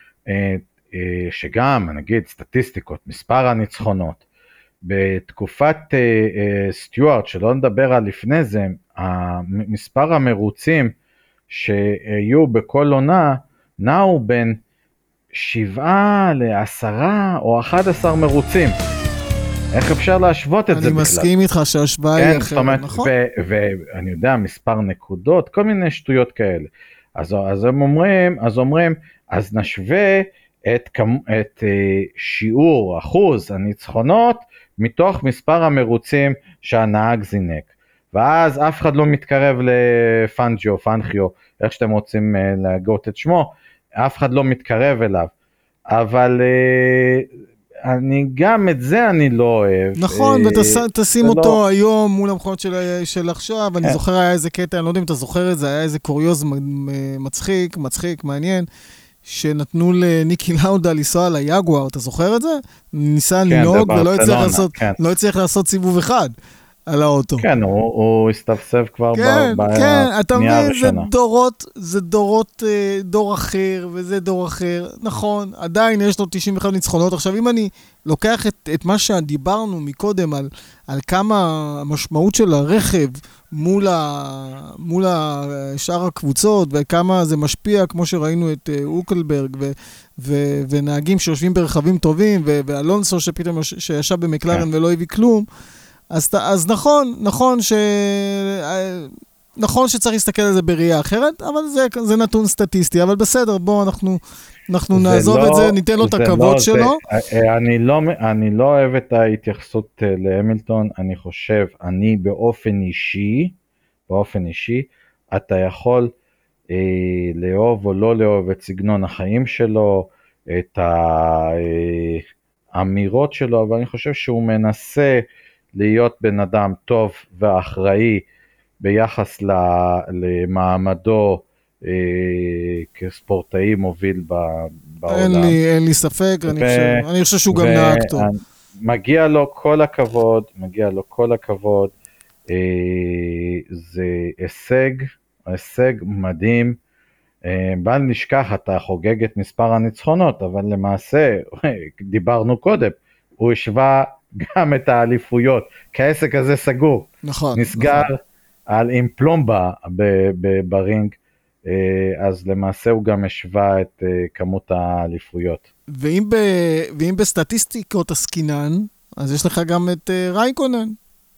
שגם, נגיד, סטטיסטיקות, מספר הניצחונות, בתקופת סטיוארט, שלא נדבר על לפני זה, מספר המרוצים שיהיו בכל עונה, נעו בין 7 ל10 או 11 מרוצים. איך אפשר להשוות את זה בכלל? אני מסכים איתך שההשוואה היא אחרת, נכון? ואני יודע, מספר נקודות, כל מיני שטויות כאלה. אז הם אומרים, אז נשווה את שיעור, אחוז הניצחונות, מתוך מספר המרוצים שהנהג זינק. ואז אף אחד לא מתקרב פנחיו, איך שאתם רוצים להגות את שמו, אף אחד לא מתקרב אליו. אבל אני גם את זה אני לא אוהב. נכון, ותשים אותו היום מול המכונות של עכשיו, אני זוכר היה איזה קטע, אני לא יודע אם אתה זוכר את זה, היה איזה קוריוז מצחיק, מעניין, שנתנו לניקי לאודה לנסוע ליגואר, אתה זוכר את זה? ניסה לנהוג ולא הצליח לעשות סיבוב אחד על האוטו. כן, הוא הסתפסף כבר בנייה הראשונה. זה דור אחר, וזה דור אחר. נכון, עדיין יש לו 91 ניצחונות. עכשיו, אם אני לוקח את מה שדיברנו מקודם, על כמה המשמעות של הרכב מול שאר הקבוצות, וכמה זה משפיע, כמו שראינו את אוקלברג, ונהגים שיושבים ברכבים טובים, ואלונסו שפתאום שישב במקלרן ולא הביא כלום, אז נכון שצריך להסתכל על זה בראייה אחרת, אבל זה נתון סטטיסטי, אבל בסדר, בואו אנחנו נעזוב את זה, ניתן לו את הכבוד שלו. אני לא אוהב את ההתייחסות להמילטון, אני חושב, אני באופן אישי, אתה יכול לאהוב או לא לאהוב את סגנון החיים שלו, את האמירות שלו, אבל אני חושב שהוא מנסה להיות בן אדם טוב ואחראי ביחס למעמדו כספורטאי מוביל בעולם. אין לי ספק, אני חושב שהוא גם נהג טוב. מגיע לו כל הכבוד, זה הישג מדהים, בל נשכח, אתה חוגג את מספר הניצחונות, אבל למעשה, דיברנו קודם, הוא השווה גם את האליפויות, כי העסק הזה סגור, נכון, נסגר עם פלומבה ברינג, אז למעשה הוא גם השווה את כמות האליפויות. ואם בסטטיסטיקות עסקינן, אז יש לך גם את רייקונן.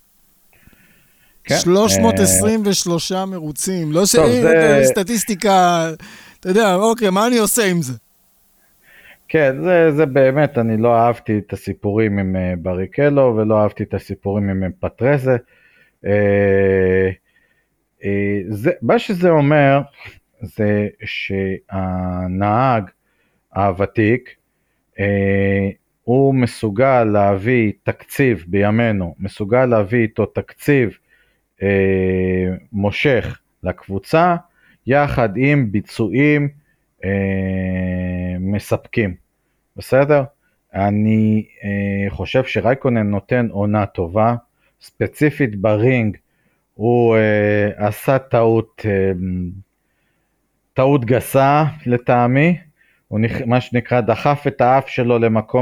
323 מרוצים, לא סטטיסטיקה, אתה יודע, אוקיי, מה אני עושה עם זה? כן, זה באמת, אני לא אהבתי את הסיפורים עם בריקלו, ולא אהבתי את הסיפורים עם פטרזה. מה שזה אומר, זה שהנהג הוותיק, הוא מסוגל להביא תקציב בימינו, מסוגל להביא איתו תקציב מושך לקבוצה, יחד עם ביצועים מספקים. בסדר? אני חושב שרייקונן נותן עונה טובה, ספציפית ברינג, הוא עשה טעות גסה לטעמי, הוא מה שנקרא דחף את האף שלו למקום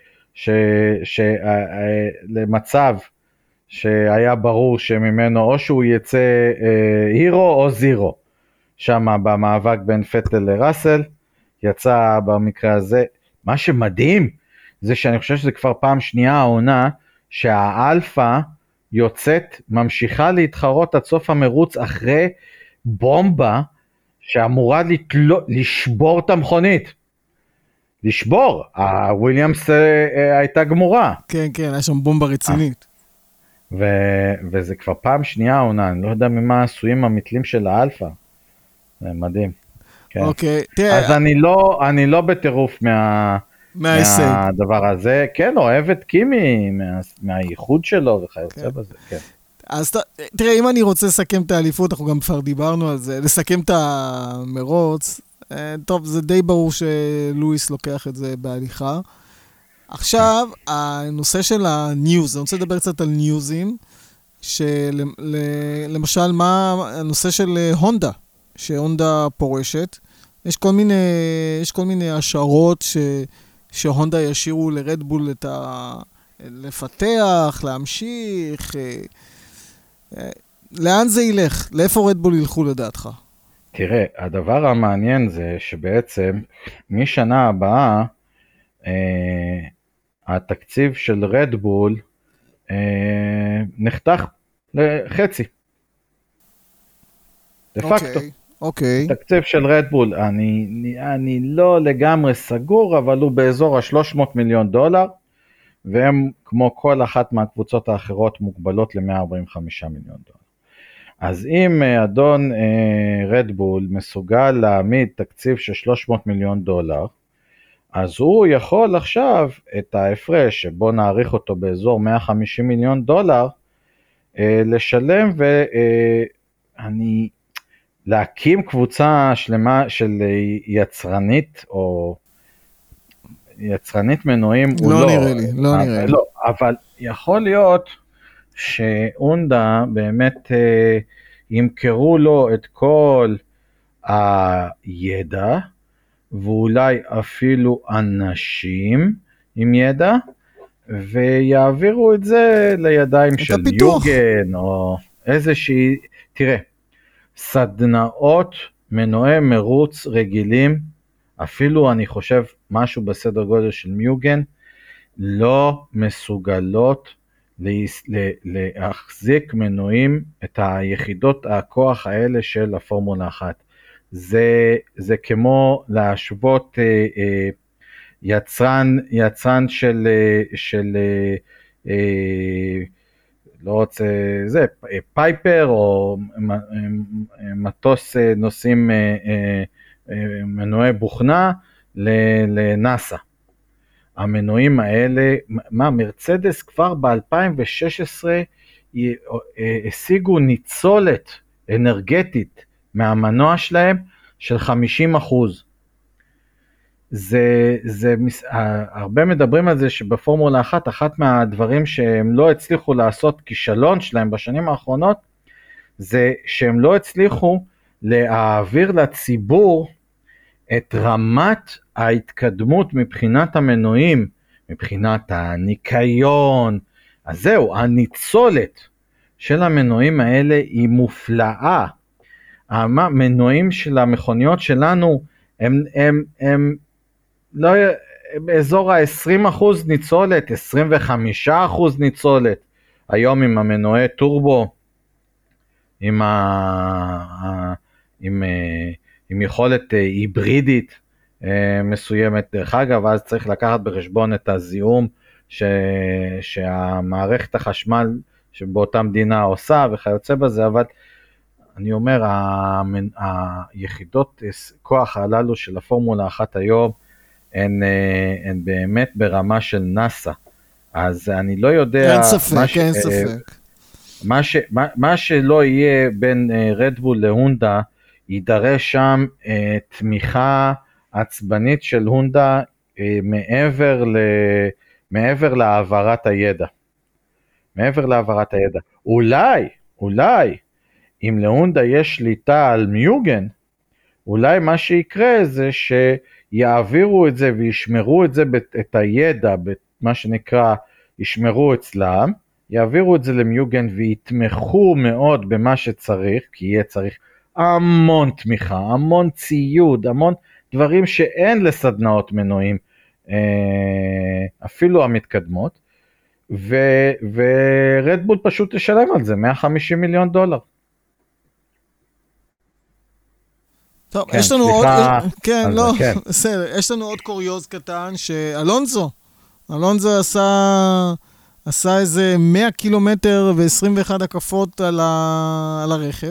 למצב שהיה ברור שממנו או שהוא יצא הירו או זירו, שם במאבק בין פטל לראסל, יצא במקרה הזה. מה שמדהים זה שאני חושב שזה כבר פעם שנייה העונה שהאלפא יוצאת, ממשיכה להתחרות עד סוף המרוץ אחרי בומבה שאמורה לשבור את המכונית. לשבור, הוויליאמס הייתה גמורה. כן, כן, היה שם בומבה רצינית. וזה כבר פעם שנייה העונה, אני לא יודע ממה עשויים המתלים של האלפא. זה מדהים. כן. אוקיי, אז אני לא בטירוף מהדבר הזה. כן, אוהב את קימי, מהייחוד שלו וכיוצא בזה, כן. אז תראה, אם אני רוצה לסכם את האליפות, אנחנו גם כבר דיברנו על זה, לסכם את המרוץ, טוב, זה די ברור שלואיס לוקח את זה בהליכה. עכשיו, הנושא של הניוז, אני רוצה לדבר קצת על ניוזים, למשל, מה הנושא של הונדה, שהונדה פורשת. יש כל מיני השערות שהונדה ישירו לרדבול לפתח, להמשיך. לאן זה ילך? לאיפה רדבול ילכו לדעתך? תראה, הדבר המעניין זה שבעצם משנה הבאה התקציב של רדבול נחתך לחצי. דה פקטו. אוקיי. תקציב של רדבול, אני לא לגמרי סגור, אבל הוא באזור ה$300 מיליון, והם כמו כל אחת מהקבוצות האחרות מוגבלות ל$145 מיליון. אז אם אדון רדבול מסוגל להעמיד תקציב של $300 מיליון, אז הוא יכול עכשיו את ההפרש שבו נעריך אותו באזור $150 מיליון, לשלם להקים קבוצה שלמה של יצרנית או יצרנית מנועים. לא נראה לי. לא, אבל יכול להיות שהונדה באמת ימכרו לו את כל הידע, ואולי אפילו אנשים עם ידע, ויעבירו את זה לידיים של יוגן, או איזושהי, תראה, סדנאות מנועי מרוץ רגילים, אפילו אני חושב משהו בסדר גודל של מיוגן, לא מסוגלות להחזיק מנועים את היחידות הכוח האלה של הפורמולה 1. זה כמו להשוות יצרן של לא רוצה, זה פייפר או מטוס נוסעים מנועי בוכנה לנאסא. המנועים האלה, מרצדס כבר ב-2016 השיגו ניצולת אנרגטית מהמנוע שלהם של 50%. הרבה מדברים על זה שבפורמולה 1, אחת מהדברים שהם לא הצליחו לעשות כישלון שלהם בשנים האחרונות, זה שהם לא הצליחו להעביר לציבור את רמת ההתקדמות מבחינת המנועים, מבחינת הניקיון. אז זהו, הניצולת של המנועים האלה היא מופלאה. המנועים של המכוניות שלנו הם לא, באזור ה-20% ניצולת, 25% ניצולת. היום עם המנועי טורבו, עם יכולת היברידית מסוימת. דרך אגב, אז צריך לקחת בחשבון את הזיהום שהמערכת החשמל שבאותה מדינה עושה וכיוצא בזה, אבל אני אומר, היחידות כוח הללו של הפורמולה 1 היום, הן באמת ברמה של נאסא. אז אני לא יודע, אין ספק. מה שלא יהיה בין רדבול להונדה, יידרש שם תמיכה עצבנית של הונדה מעבר להעברת הידע. אולי אולי, אם להונדה יש שליטה על מיוגן, אולי מה שיקרה זה שיעבירו את זה וישמרו את זה, את הידע, מה שנקרא, ישמרו אצלם, יעבירו את זה למיוגן ויתמכו מאוד במה שצריך, כי יהיה צריך המון תמיכה, המון ציוד, המון דברים שאין לסדנאות מנועים, אפילו המתקדמות, ורדבול פשוט תשלם על זה $150 מיליון. טוב, כן, יש לנו עוד, כן, לא, כן. בסדר, יש לנו עוד קוריוז קטן, שאלונזו עשה איזה 100 קילומטר ו21 הקפות על הרכב.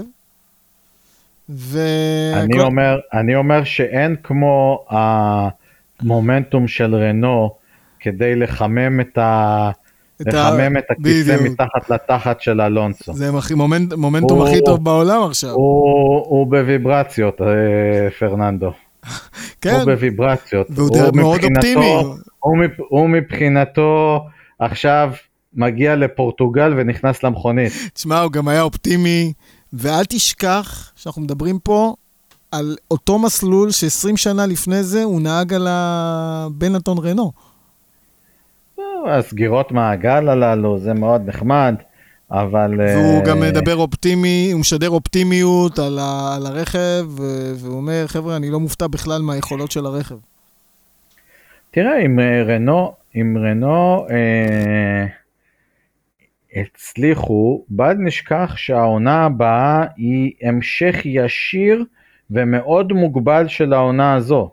אני אומר שאין כמו המומנטום של רנו, כדי לחמם את הכיסא מתחת לתחת של אלונסו. זה מומנטום הכי טוב בעולם עכשיו. הוא בוויברציות, פרננדו. כן. הוא בוויברציות. והוא מאוד אופטימי. הוא מבחינתו עכשיו מגיע לפורטוגל ונכנס למכונית. תשמע, הוא גם היה אופטימי, ואל תשכח שאנחנו מדברים פה על אותו מסלול ש20 שנה לפני זה הוא נהג על הבנטון רנו. הסגירות מעגל הללו, זה מאוד נחמד, אבל... והוא גם מדבר אופטימי, הוא משדר אופטימיות על הרכב, והוא אומר, חבר'ה, אני לא מופתע בכלל מהיכולות של הרכב. תראה, עם רנו הצליחו, בל נשכח שהעונה הבאה היא המשך ישיר ומאוד מוגבל של העונה הזו.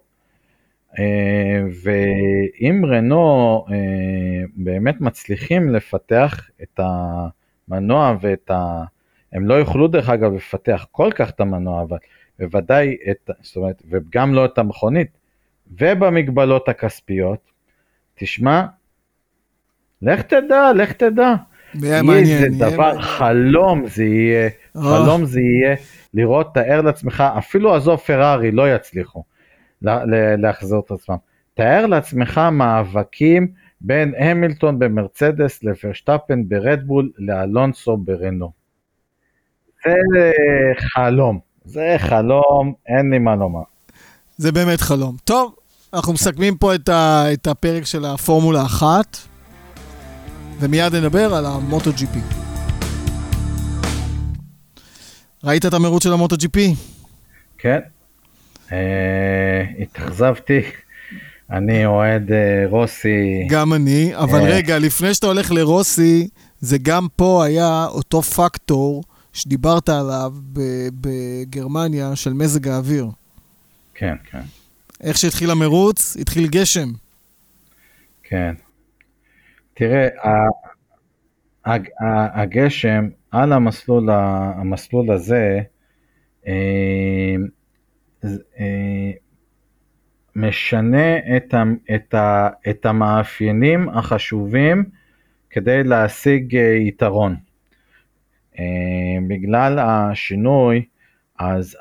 ואם רנו באמת מצליחים לפתח את המנוע הם לא יוכלו דרך אגב לפתח כל כך את המנוע, אבל בוודאי זאת אומרת, וגם לא את המכונית, ובמגבלות הכספיות, תשמע, לך תדע. זה דבר, חלום זה יהיה, לראות, תאר לעצמך, אפילו עזוב פרארי לא יצליחו להחזיר את עצמם. תאר לעצמך מאבקים בין המילטון במרצדס לפרשטאפן ברדבול לאלונסו ברנו. זה חלום, אין לי מה לומר. זה באמת חלום. טוב, אנחנו מסכמים פה את הפרק של הפורמולה 1, ומיד נדבר על המוטו ג'י פי. ראית את המרוץ של המוטו ג'י פי? כן. התאכזבתי, אני אוהד רוסי. גם אני, אבל רגע, לפני שאתה הולך לרוסי, זה גם פה היה אותו פקטור שדיברת עליו בגרמניה של מזג האוויר. כן. איך שהתחיל המרוץ, התחיל גשם. כן. תראה, הגשם על המסלול הזה, משנה את המאפיינים החשובים כדי להשיג יתרון. בגלל השינוי, אז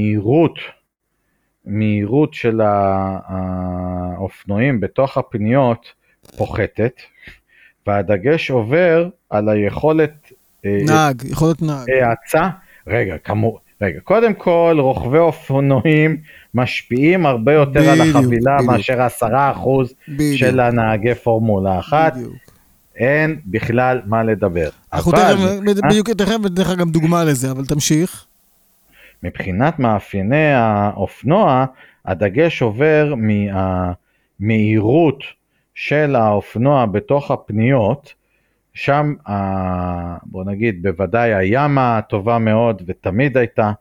המהירות של האופנועים בתוך הפניות פוחתת, והדגש עובר על היכולת יכולת נהג. רגע, קודם כל, רוכבי אופנועים משפיעים הרבה יותר על החבילה מאשר 10% של הנהגי פורמולה 1. אין בכלל מה לדבר. אנחנו בדיוק תכף גם דוגמה לזה, אבל תמשיך. מבחינת מאפייני האופנוע, הדגש עובר מהמהירות של האופנוע בתוך הפניות, שם, בוא נגיד, בוודאי הימה טובה מאוד ותמיד הייתה,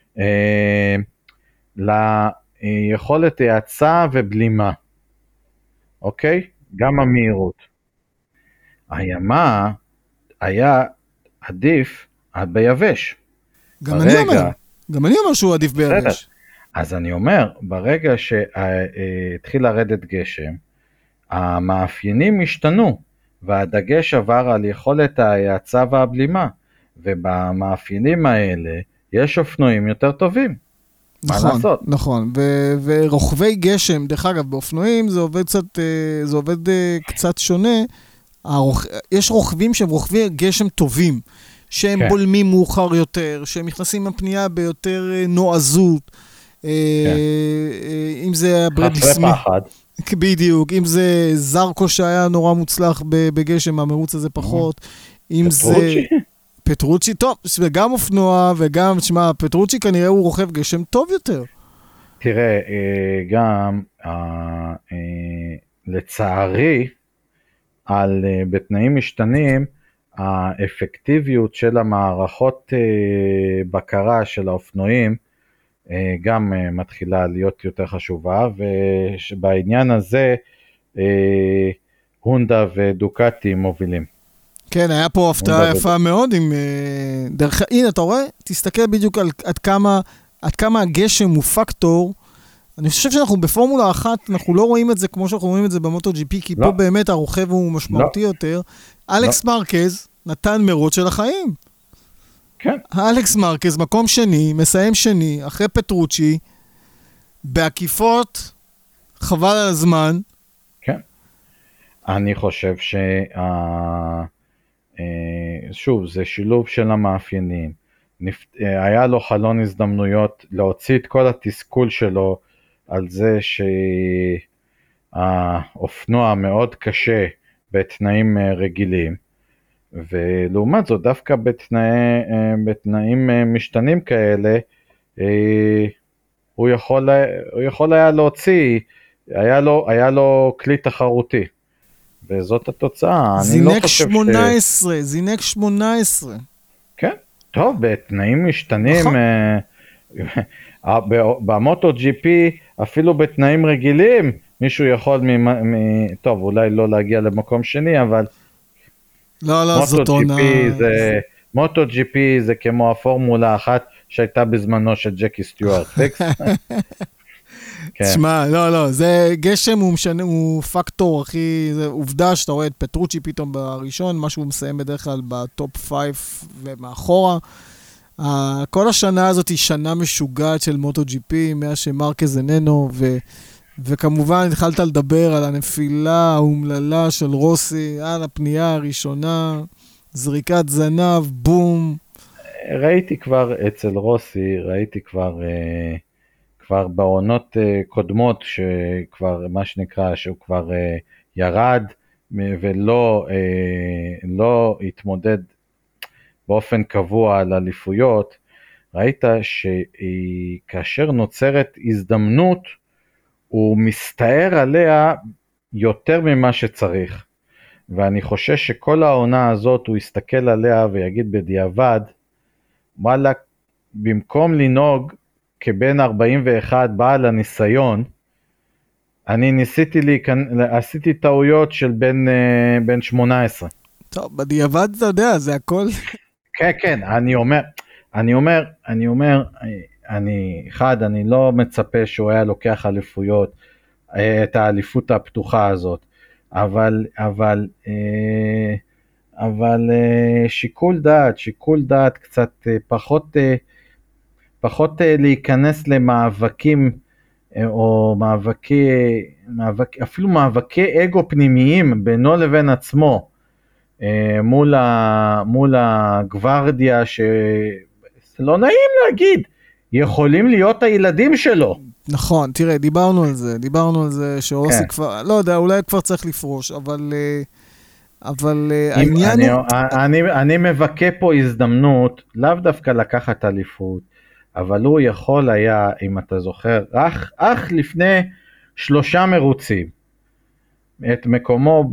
ליכולת האצה ובלימה, אוקיי? גם המהירות. הימה היה עדיף עד ביבש. גם אני אומר שהוא עדיף ביבש. אז אני אומר, ברגע שהתחיל לרדת גשם, המאפיינים השתנו, והדגש עבר על יכולת ההאצה והבלימה, ובמאפיינים האלה יש אופנועים יותר טובים. נכון, ורוכבי גשם, דרך אגב, באופנועים זה עובד קצת שונה. יש רוכבים שהם רוכבי גשם טובים, שהם כן. בולמים מאוחר יותר, שהם נכנסים לפנייה ביותר נועזות, אם זה ברדלי סמית, בדיוק, אם זה זרקו שהיה נורא מוצלח בגשם, המרוץ הזה פחות, אם זה... פטרוצ'י, טוב, וגם אופנוע, וגם, תשמע, פטרוצ'י כנראה הוא רוכב גשם טוב יותר. תראה, גם, לצערי, בתנאים משתנים, האפקטיביות של המערכות בקרה של האופנועים, גם מתחילה להיות יותר חשובה, ובעניין הזה, הונדה ודוקטי מובילים. כן, היה פה הפתעה יפה מאוד עם דרך... הנה, אתה רואה? תסתכל בדיוק על עד כמה הגשם הוא פקטור. אני חושב שאנחנו בפורמולה אחת, אנחנו לא רואים את זה כמו שאנחנו רואים את זה במוטו GP, כי פה באמת הרוכב הוא משמעותי יותר. אלכס מרקז נתן מרוץ של החיים. כן. אלכס מרקז, מקום שני, מסיים שני, אחרי פטרוצ'י, בעקיפות, חבל על הזמן. כן. אני חושב שוב, זה שילוב של המאפיינים. היה לו חלון הזדמנויות להוציא את כל התסכול שלו על זה שהאופנוע מאוד קשה בתנאים רגילים, ולעומת זאת דווקא בתנאים משתנים כאלה, הוא יכול היה להוציא, היה לו כלי תחרותי. וזאת התוצאה. זינק 18, זינק 18. כן, טוב, בתנאים משתנים, במוטו GP, אפילו בתנאים רגילים, מישהו יכול, טוב, אולי לא להגיע למקום שני, אבל לא, זאת עונה. מוטו GP זה כמו הפורמולה אחת שהייתה בזמנו של ג'קי סטיוארט. תשמע, לא, זה גשם הוא פקטור הכי, זה עובדה שאתה רואה את פטרוצ'י פתאום בראשון, מה שהוא מסיים בדרך כלל בטופ 5 ומאחורה. כל השנה הזאת היא שנה משוגעת של מוטו GP, מאז שמרקז איננו, וכמובן התחלת לדבר על הנפילה האומללה של רוסי, על הפנייה הראשונה, זריקת זנב, בום. ראיתי כבר אצל רוסי, כבר בעונות קודמות, שכבר, מה שנקרא, שהוא כבר ירד, ולא התמודד באופן קבוע על אליפויות, ראית שכאשר נוצרת הזדמנות, הוא מסתער עליה יותר ממה שצריך. ואני חושש שכל העונה הזאת, הוא יסתכל עליה ויגיד בדיעבד, וואלה, במקום לנהוג, כבן 41 בעל הניסיון, אני עשיתי טעויות של בן 18. טוב, בדיעבד אתה יודע, זה הכל. כן, אני אומר, אני לא מצפה שהוא היה לוקח אליפויות, את האליפות הפתוחה הזאת, אבל שיקול דעת קצת פחות להיכנס למאבקים, או אפילו מאבקי אגו פנימיים בינו לבין עצמו, מול הגוורדיה, שלא נעים להגיד, יכולים להיות הילדים שלו. נכון, תראה, דיברנו על זה שאוסי כבר, לא יודע, אולי כבר צריך לפרוש, אבל העניין הוא... אני מבקה פה הזדמנות, לאו דווקא לקחת אליפות, אבל הוא יכול היה, אם אתה זוכר, אך לפני 3 מרוצים, את מקומו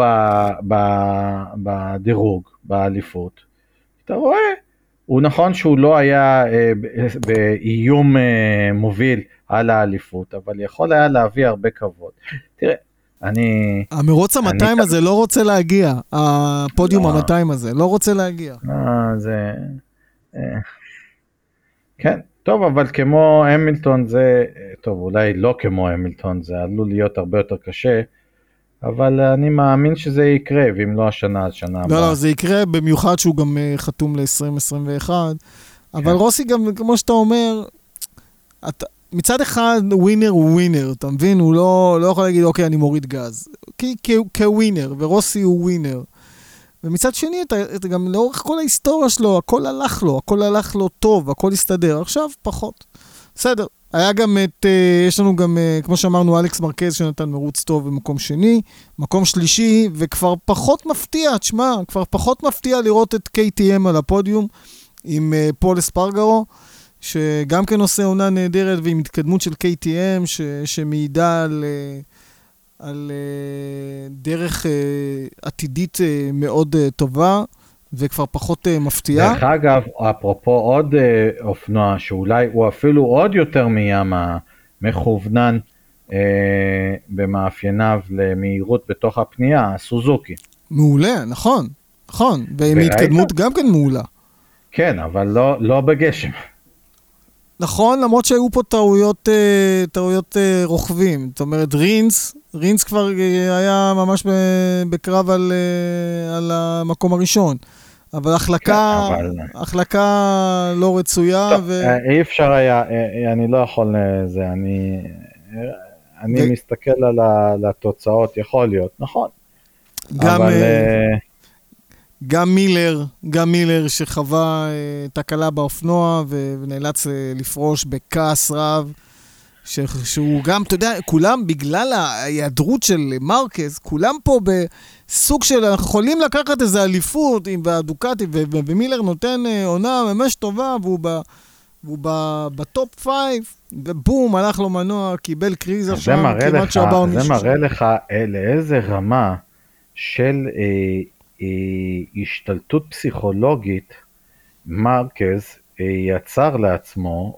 בדירוג, באליפות. אתה רואה, הוא נכון שהוא לא היה באיום מוביל על האליפות, אבל יכול היה להביא הרבה כבוד. תראה, המרוץ ה-200 הזה לא רוצה להגיע, הפודיום ה-200 הזה לא רוצה להגיע. זה... כן, טוב, אבל כמו המילטון זה, טוב, אולי לא כמו המילטון, זה עלול להיות הרבה יותר קשה, אבל אני מאמין שזה יקרה, ואם לא השנה, אז שנה הבאה. לא, זה יקרה, במיוחד שהוא גם חתום ל-2021, אבל רוסי גם, כמו שאתה אומר, מצד אחד ווינר הוא ווינר, אתה מבין? הוא לא יכול להגיד, אוקיי, אני מוריד גז. כווינר, ורוסי הוא ווינר. ומצד שני, אתה גם לאורך כל ההיסטוריה שלו, הכל הלך לו טוב, הכל הסתדר, עכשיו פחות. בסדר. היה גם יש לנו גם, כמו שאמרנו, אלכס מרקז שנתן מרוץ טוב במקום שני, מקום שלישי, וכבר פחות מפתיע, כבר פחות מפתיע לראות את KTM על הפודיום, עם פול אספרגרו, שגם כן עושה עונה נהדרת, ועם התקדמות של KTM, שמעידה על דרך עתידית מאוד טובה, וכבר פחות מפתיעה. דרך אגב, אפרופו עוד אופנוע, שאולי הוא אפילו עוד יותר מיאמה, מכוונן במאפייניו למהירות בתוך הפנייה, סוזוקי. מעולה, נכון, ועם התקדמות גם כן מעולה. כן, אבל לא בגשם. נכון, למרות שהיו פה טעויות רוכבים. זאת אומרת, רינס כבר היה ממש בקרב על המקום הראשון. אבל החלקה לא רצויה. טוב, אי אפשר היה, אני לא יכול לזה, אני מסתכל על התוצאות, יכול להיות, נכון. גם מילר שחווה תקלה באופנוע ונאלץ לפרוש בכעס רב, שהוא גם, אתה יודע, כולם בגלל ההיעדרות של מרקז, כולם פה בסוג של, אנחנו יכולים לקחת איזו אליפות עם הדוקטי, ומילר נותן עונה ממש טובה, והוא בטופ 5, ובום, הלך לו מנוע, קיבל קריזה שם, כמעט שעבר מישהו. זה מראה לך לאיזה רמה של השתלטות פסיכולוגית מרקז יצר לעצמו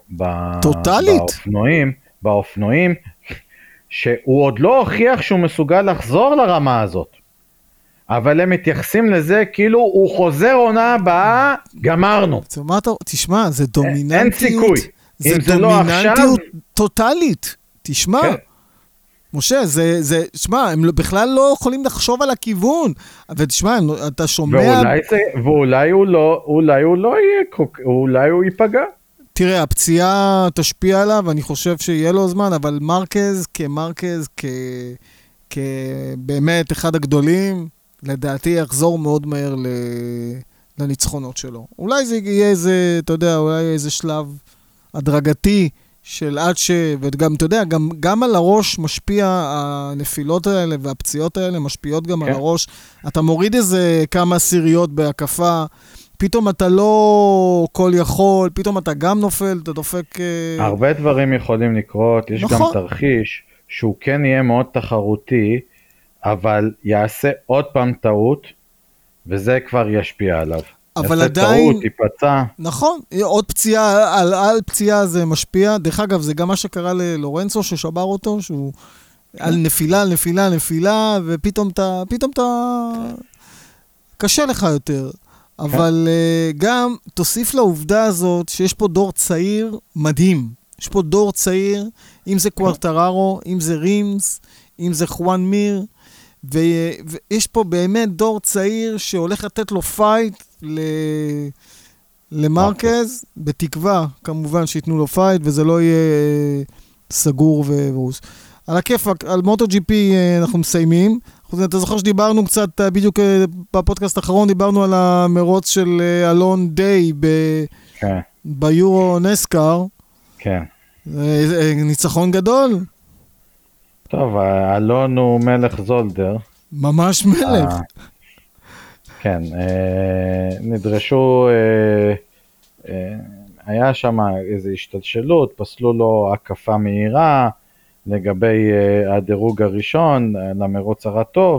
באופנועים, שהוא עוד לא הוכיח שהוא מסוגל לחזור לרמה הזאת, אבל הם מתייחסים לזה כאילו הוא חוזר עונה הבאה, גמרנו. תשמע, זה דומיננטיות, אין סיכוי. זה דומיננטיות טוטלית, תשמע. משה, תשמע, הם בכלל לא יכולים לחשוב על הכיוון, ותשמע, אתה שומע... ואולי הוא לא יהיה, אולי הוא ייפגע. תראה, הפציעה תשפיע עליו, אני חושב שיהיה לו זמן, אבל מרקז, באמת אחד הגדולים, לדעתי יחזור מאוד מהר לניצחונות שלו. אולי זה יהיה איזה, אתה יודע, אולי איזה שלב הדרגתי, של עד וגם, אתה יודע, גם על הראש משפיע, הנפילות האלה והפציעות האלה משפיעות גם על הראש. אתה מוריד איזה כמה סיריות בהקפה, פתאום אתה לא כל יכול, פתאום אתה גם נופל, אתה דופק... הרבה דברים יכולים לקרות, יש גם תרחיש שהוא כן יהיה מאוד תחרותי, אבל יעשה עוד פעם טעות, וזה כבר ישפיע עליו. אבל עדיין... טעות, ייפצע. נכון, עוד פציעה, על פציעה זה משפיע. דרך אגב, זה גם מה שקרה ללורנצו ששבר אותו, שהוא על נפילה, ופתאום אתה... קשה לך יותר. אבל גם תוסיף לעובדה הזאת שיש פה דור צעיר מדהים. יש פה דור צעיר, אם זה קוורטרארו, אם זה רימס, אם זה חואן מיר, ויש פה באמת דור צעיר שהולך לתת לו פייט למרקז, בתקווה כמובן שיתנו לו פייט, וזה לא יהיה סגור ורוס. על הכיף, על מוטו ג'י פי אנחנו מסיימים. אתה זוכר שדיברנו קצת, בדיוק בפודקאסט האחרון, דיברנו על המרוץ של אלון דיי ביורו נסקר. כן. ניצחון גדול. טוב, אלון הוא מלך זולדר. ממש מלך. כן, נדרשו, היה שם איזו השתלשלות, פסלו לו הקפה מהירה, לגבי הדירוג הראשון, למרוץ הרטוב,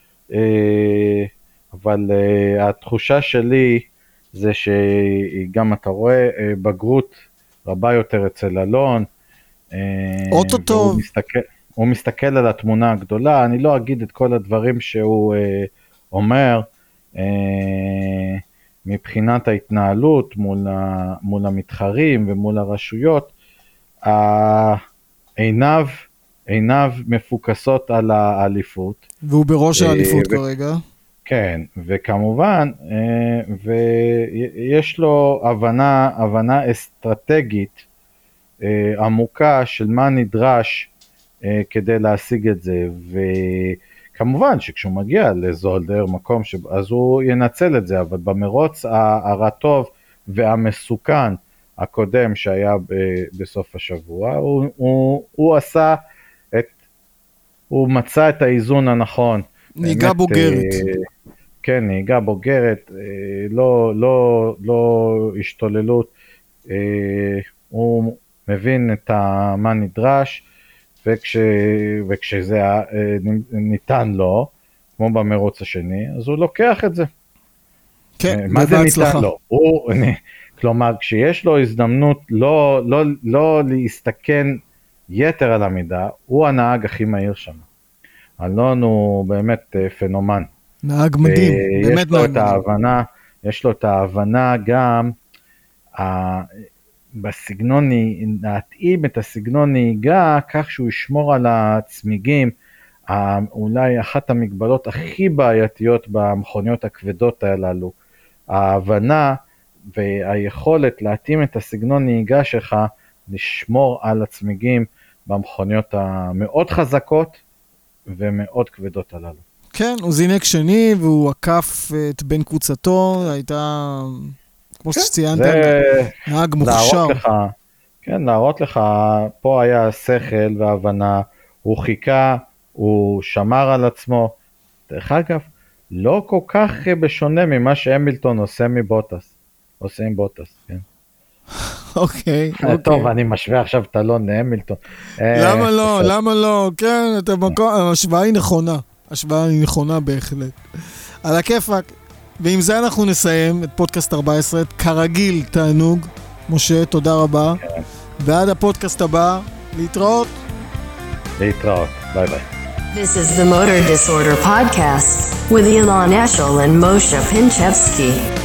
אבל התחושה שלי זה שגם אתה רואה בגרות רבה יותר אצל אלון, אוטוטוב. הוא מסתכל על התמונה הגדולה, אני לא אגיד את כל הדברים שהוא אומר, מבחינת ההתנהלות מול המתחרים ומול הרשויות, עיניו מפוקסות על האליפות. והוא בראש האליפות כרגע. כן, וכמובן, ויש לו הבנה אסטרטגית עמוקה של מה נדרש כדי להשיג את זה, כמובן שכשהוא מגיע לזולדר, מקום אז הוא ינצל את זה, אבל במרוץ הרטוב והמסוכן הקודם שהיה בסוף השבוע, הוא מצא את האיזון הנכון. נהיגה בוגרת. כן, נהיגה בוגרת, לא השתוללות, הוא מבין מה נדרש, וכשזה ניתן לו, כמו במרוץ השני, אז הוא לוקח את זה. כן, מה זה ניתן לו? כלומר, כשיש לו הזדמנות לא להסתכן יתר על המידה, הוא הנהג הכי מהיר שם. אלון הוא באמת פנומן. נהג מדהים, באמת נהג מדהים. יש לו את ההבנה גם בסגנון, להתאים את הסגנון נהיגה, כך שהוא ישמור על הצמיגים, אולי אחת המגבלות הכי בעייתיות במכוניות הכבדות הללו, ההבנה והיכולת להתאים את הסגנון נהיגה שלך, לשמור על הצמיגים במכוניות המאוד חזקות ומאוד כבדות הללו. כן, הוא זינק שני והוא עקף את בן קבוצתו, הייתה, כמו שציינת, נהג מוכשר. כן, להראות לך, פה היה שכל והבנה, הוא חיכה, הוא שמר על עצמו, דרך אגב, לא כל כך בשונה ממה שהמילטון עושה עם בוטס, כן. אוקיי. טוב, אני משווה עכשיו את אלון להמילטון. למה לא? כן, ההשוואה היא נכונה. השוואה היא נכונה בהחלט. על הכיפק. ועם זה אנחנו נסיים את פודקאסט 14. כרגיל, תענוג. משה, תודה רבה. ועד הפודקאסט הבא, להתראות. ביי ביי. This is the Motor Disorder Podcast with Elon Eshel and Moshe Pinchevsky.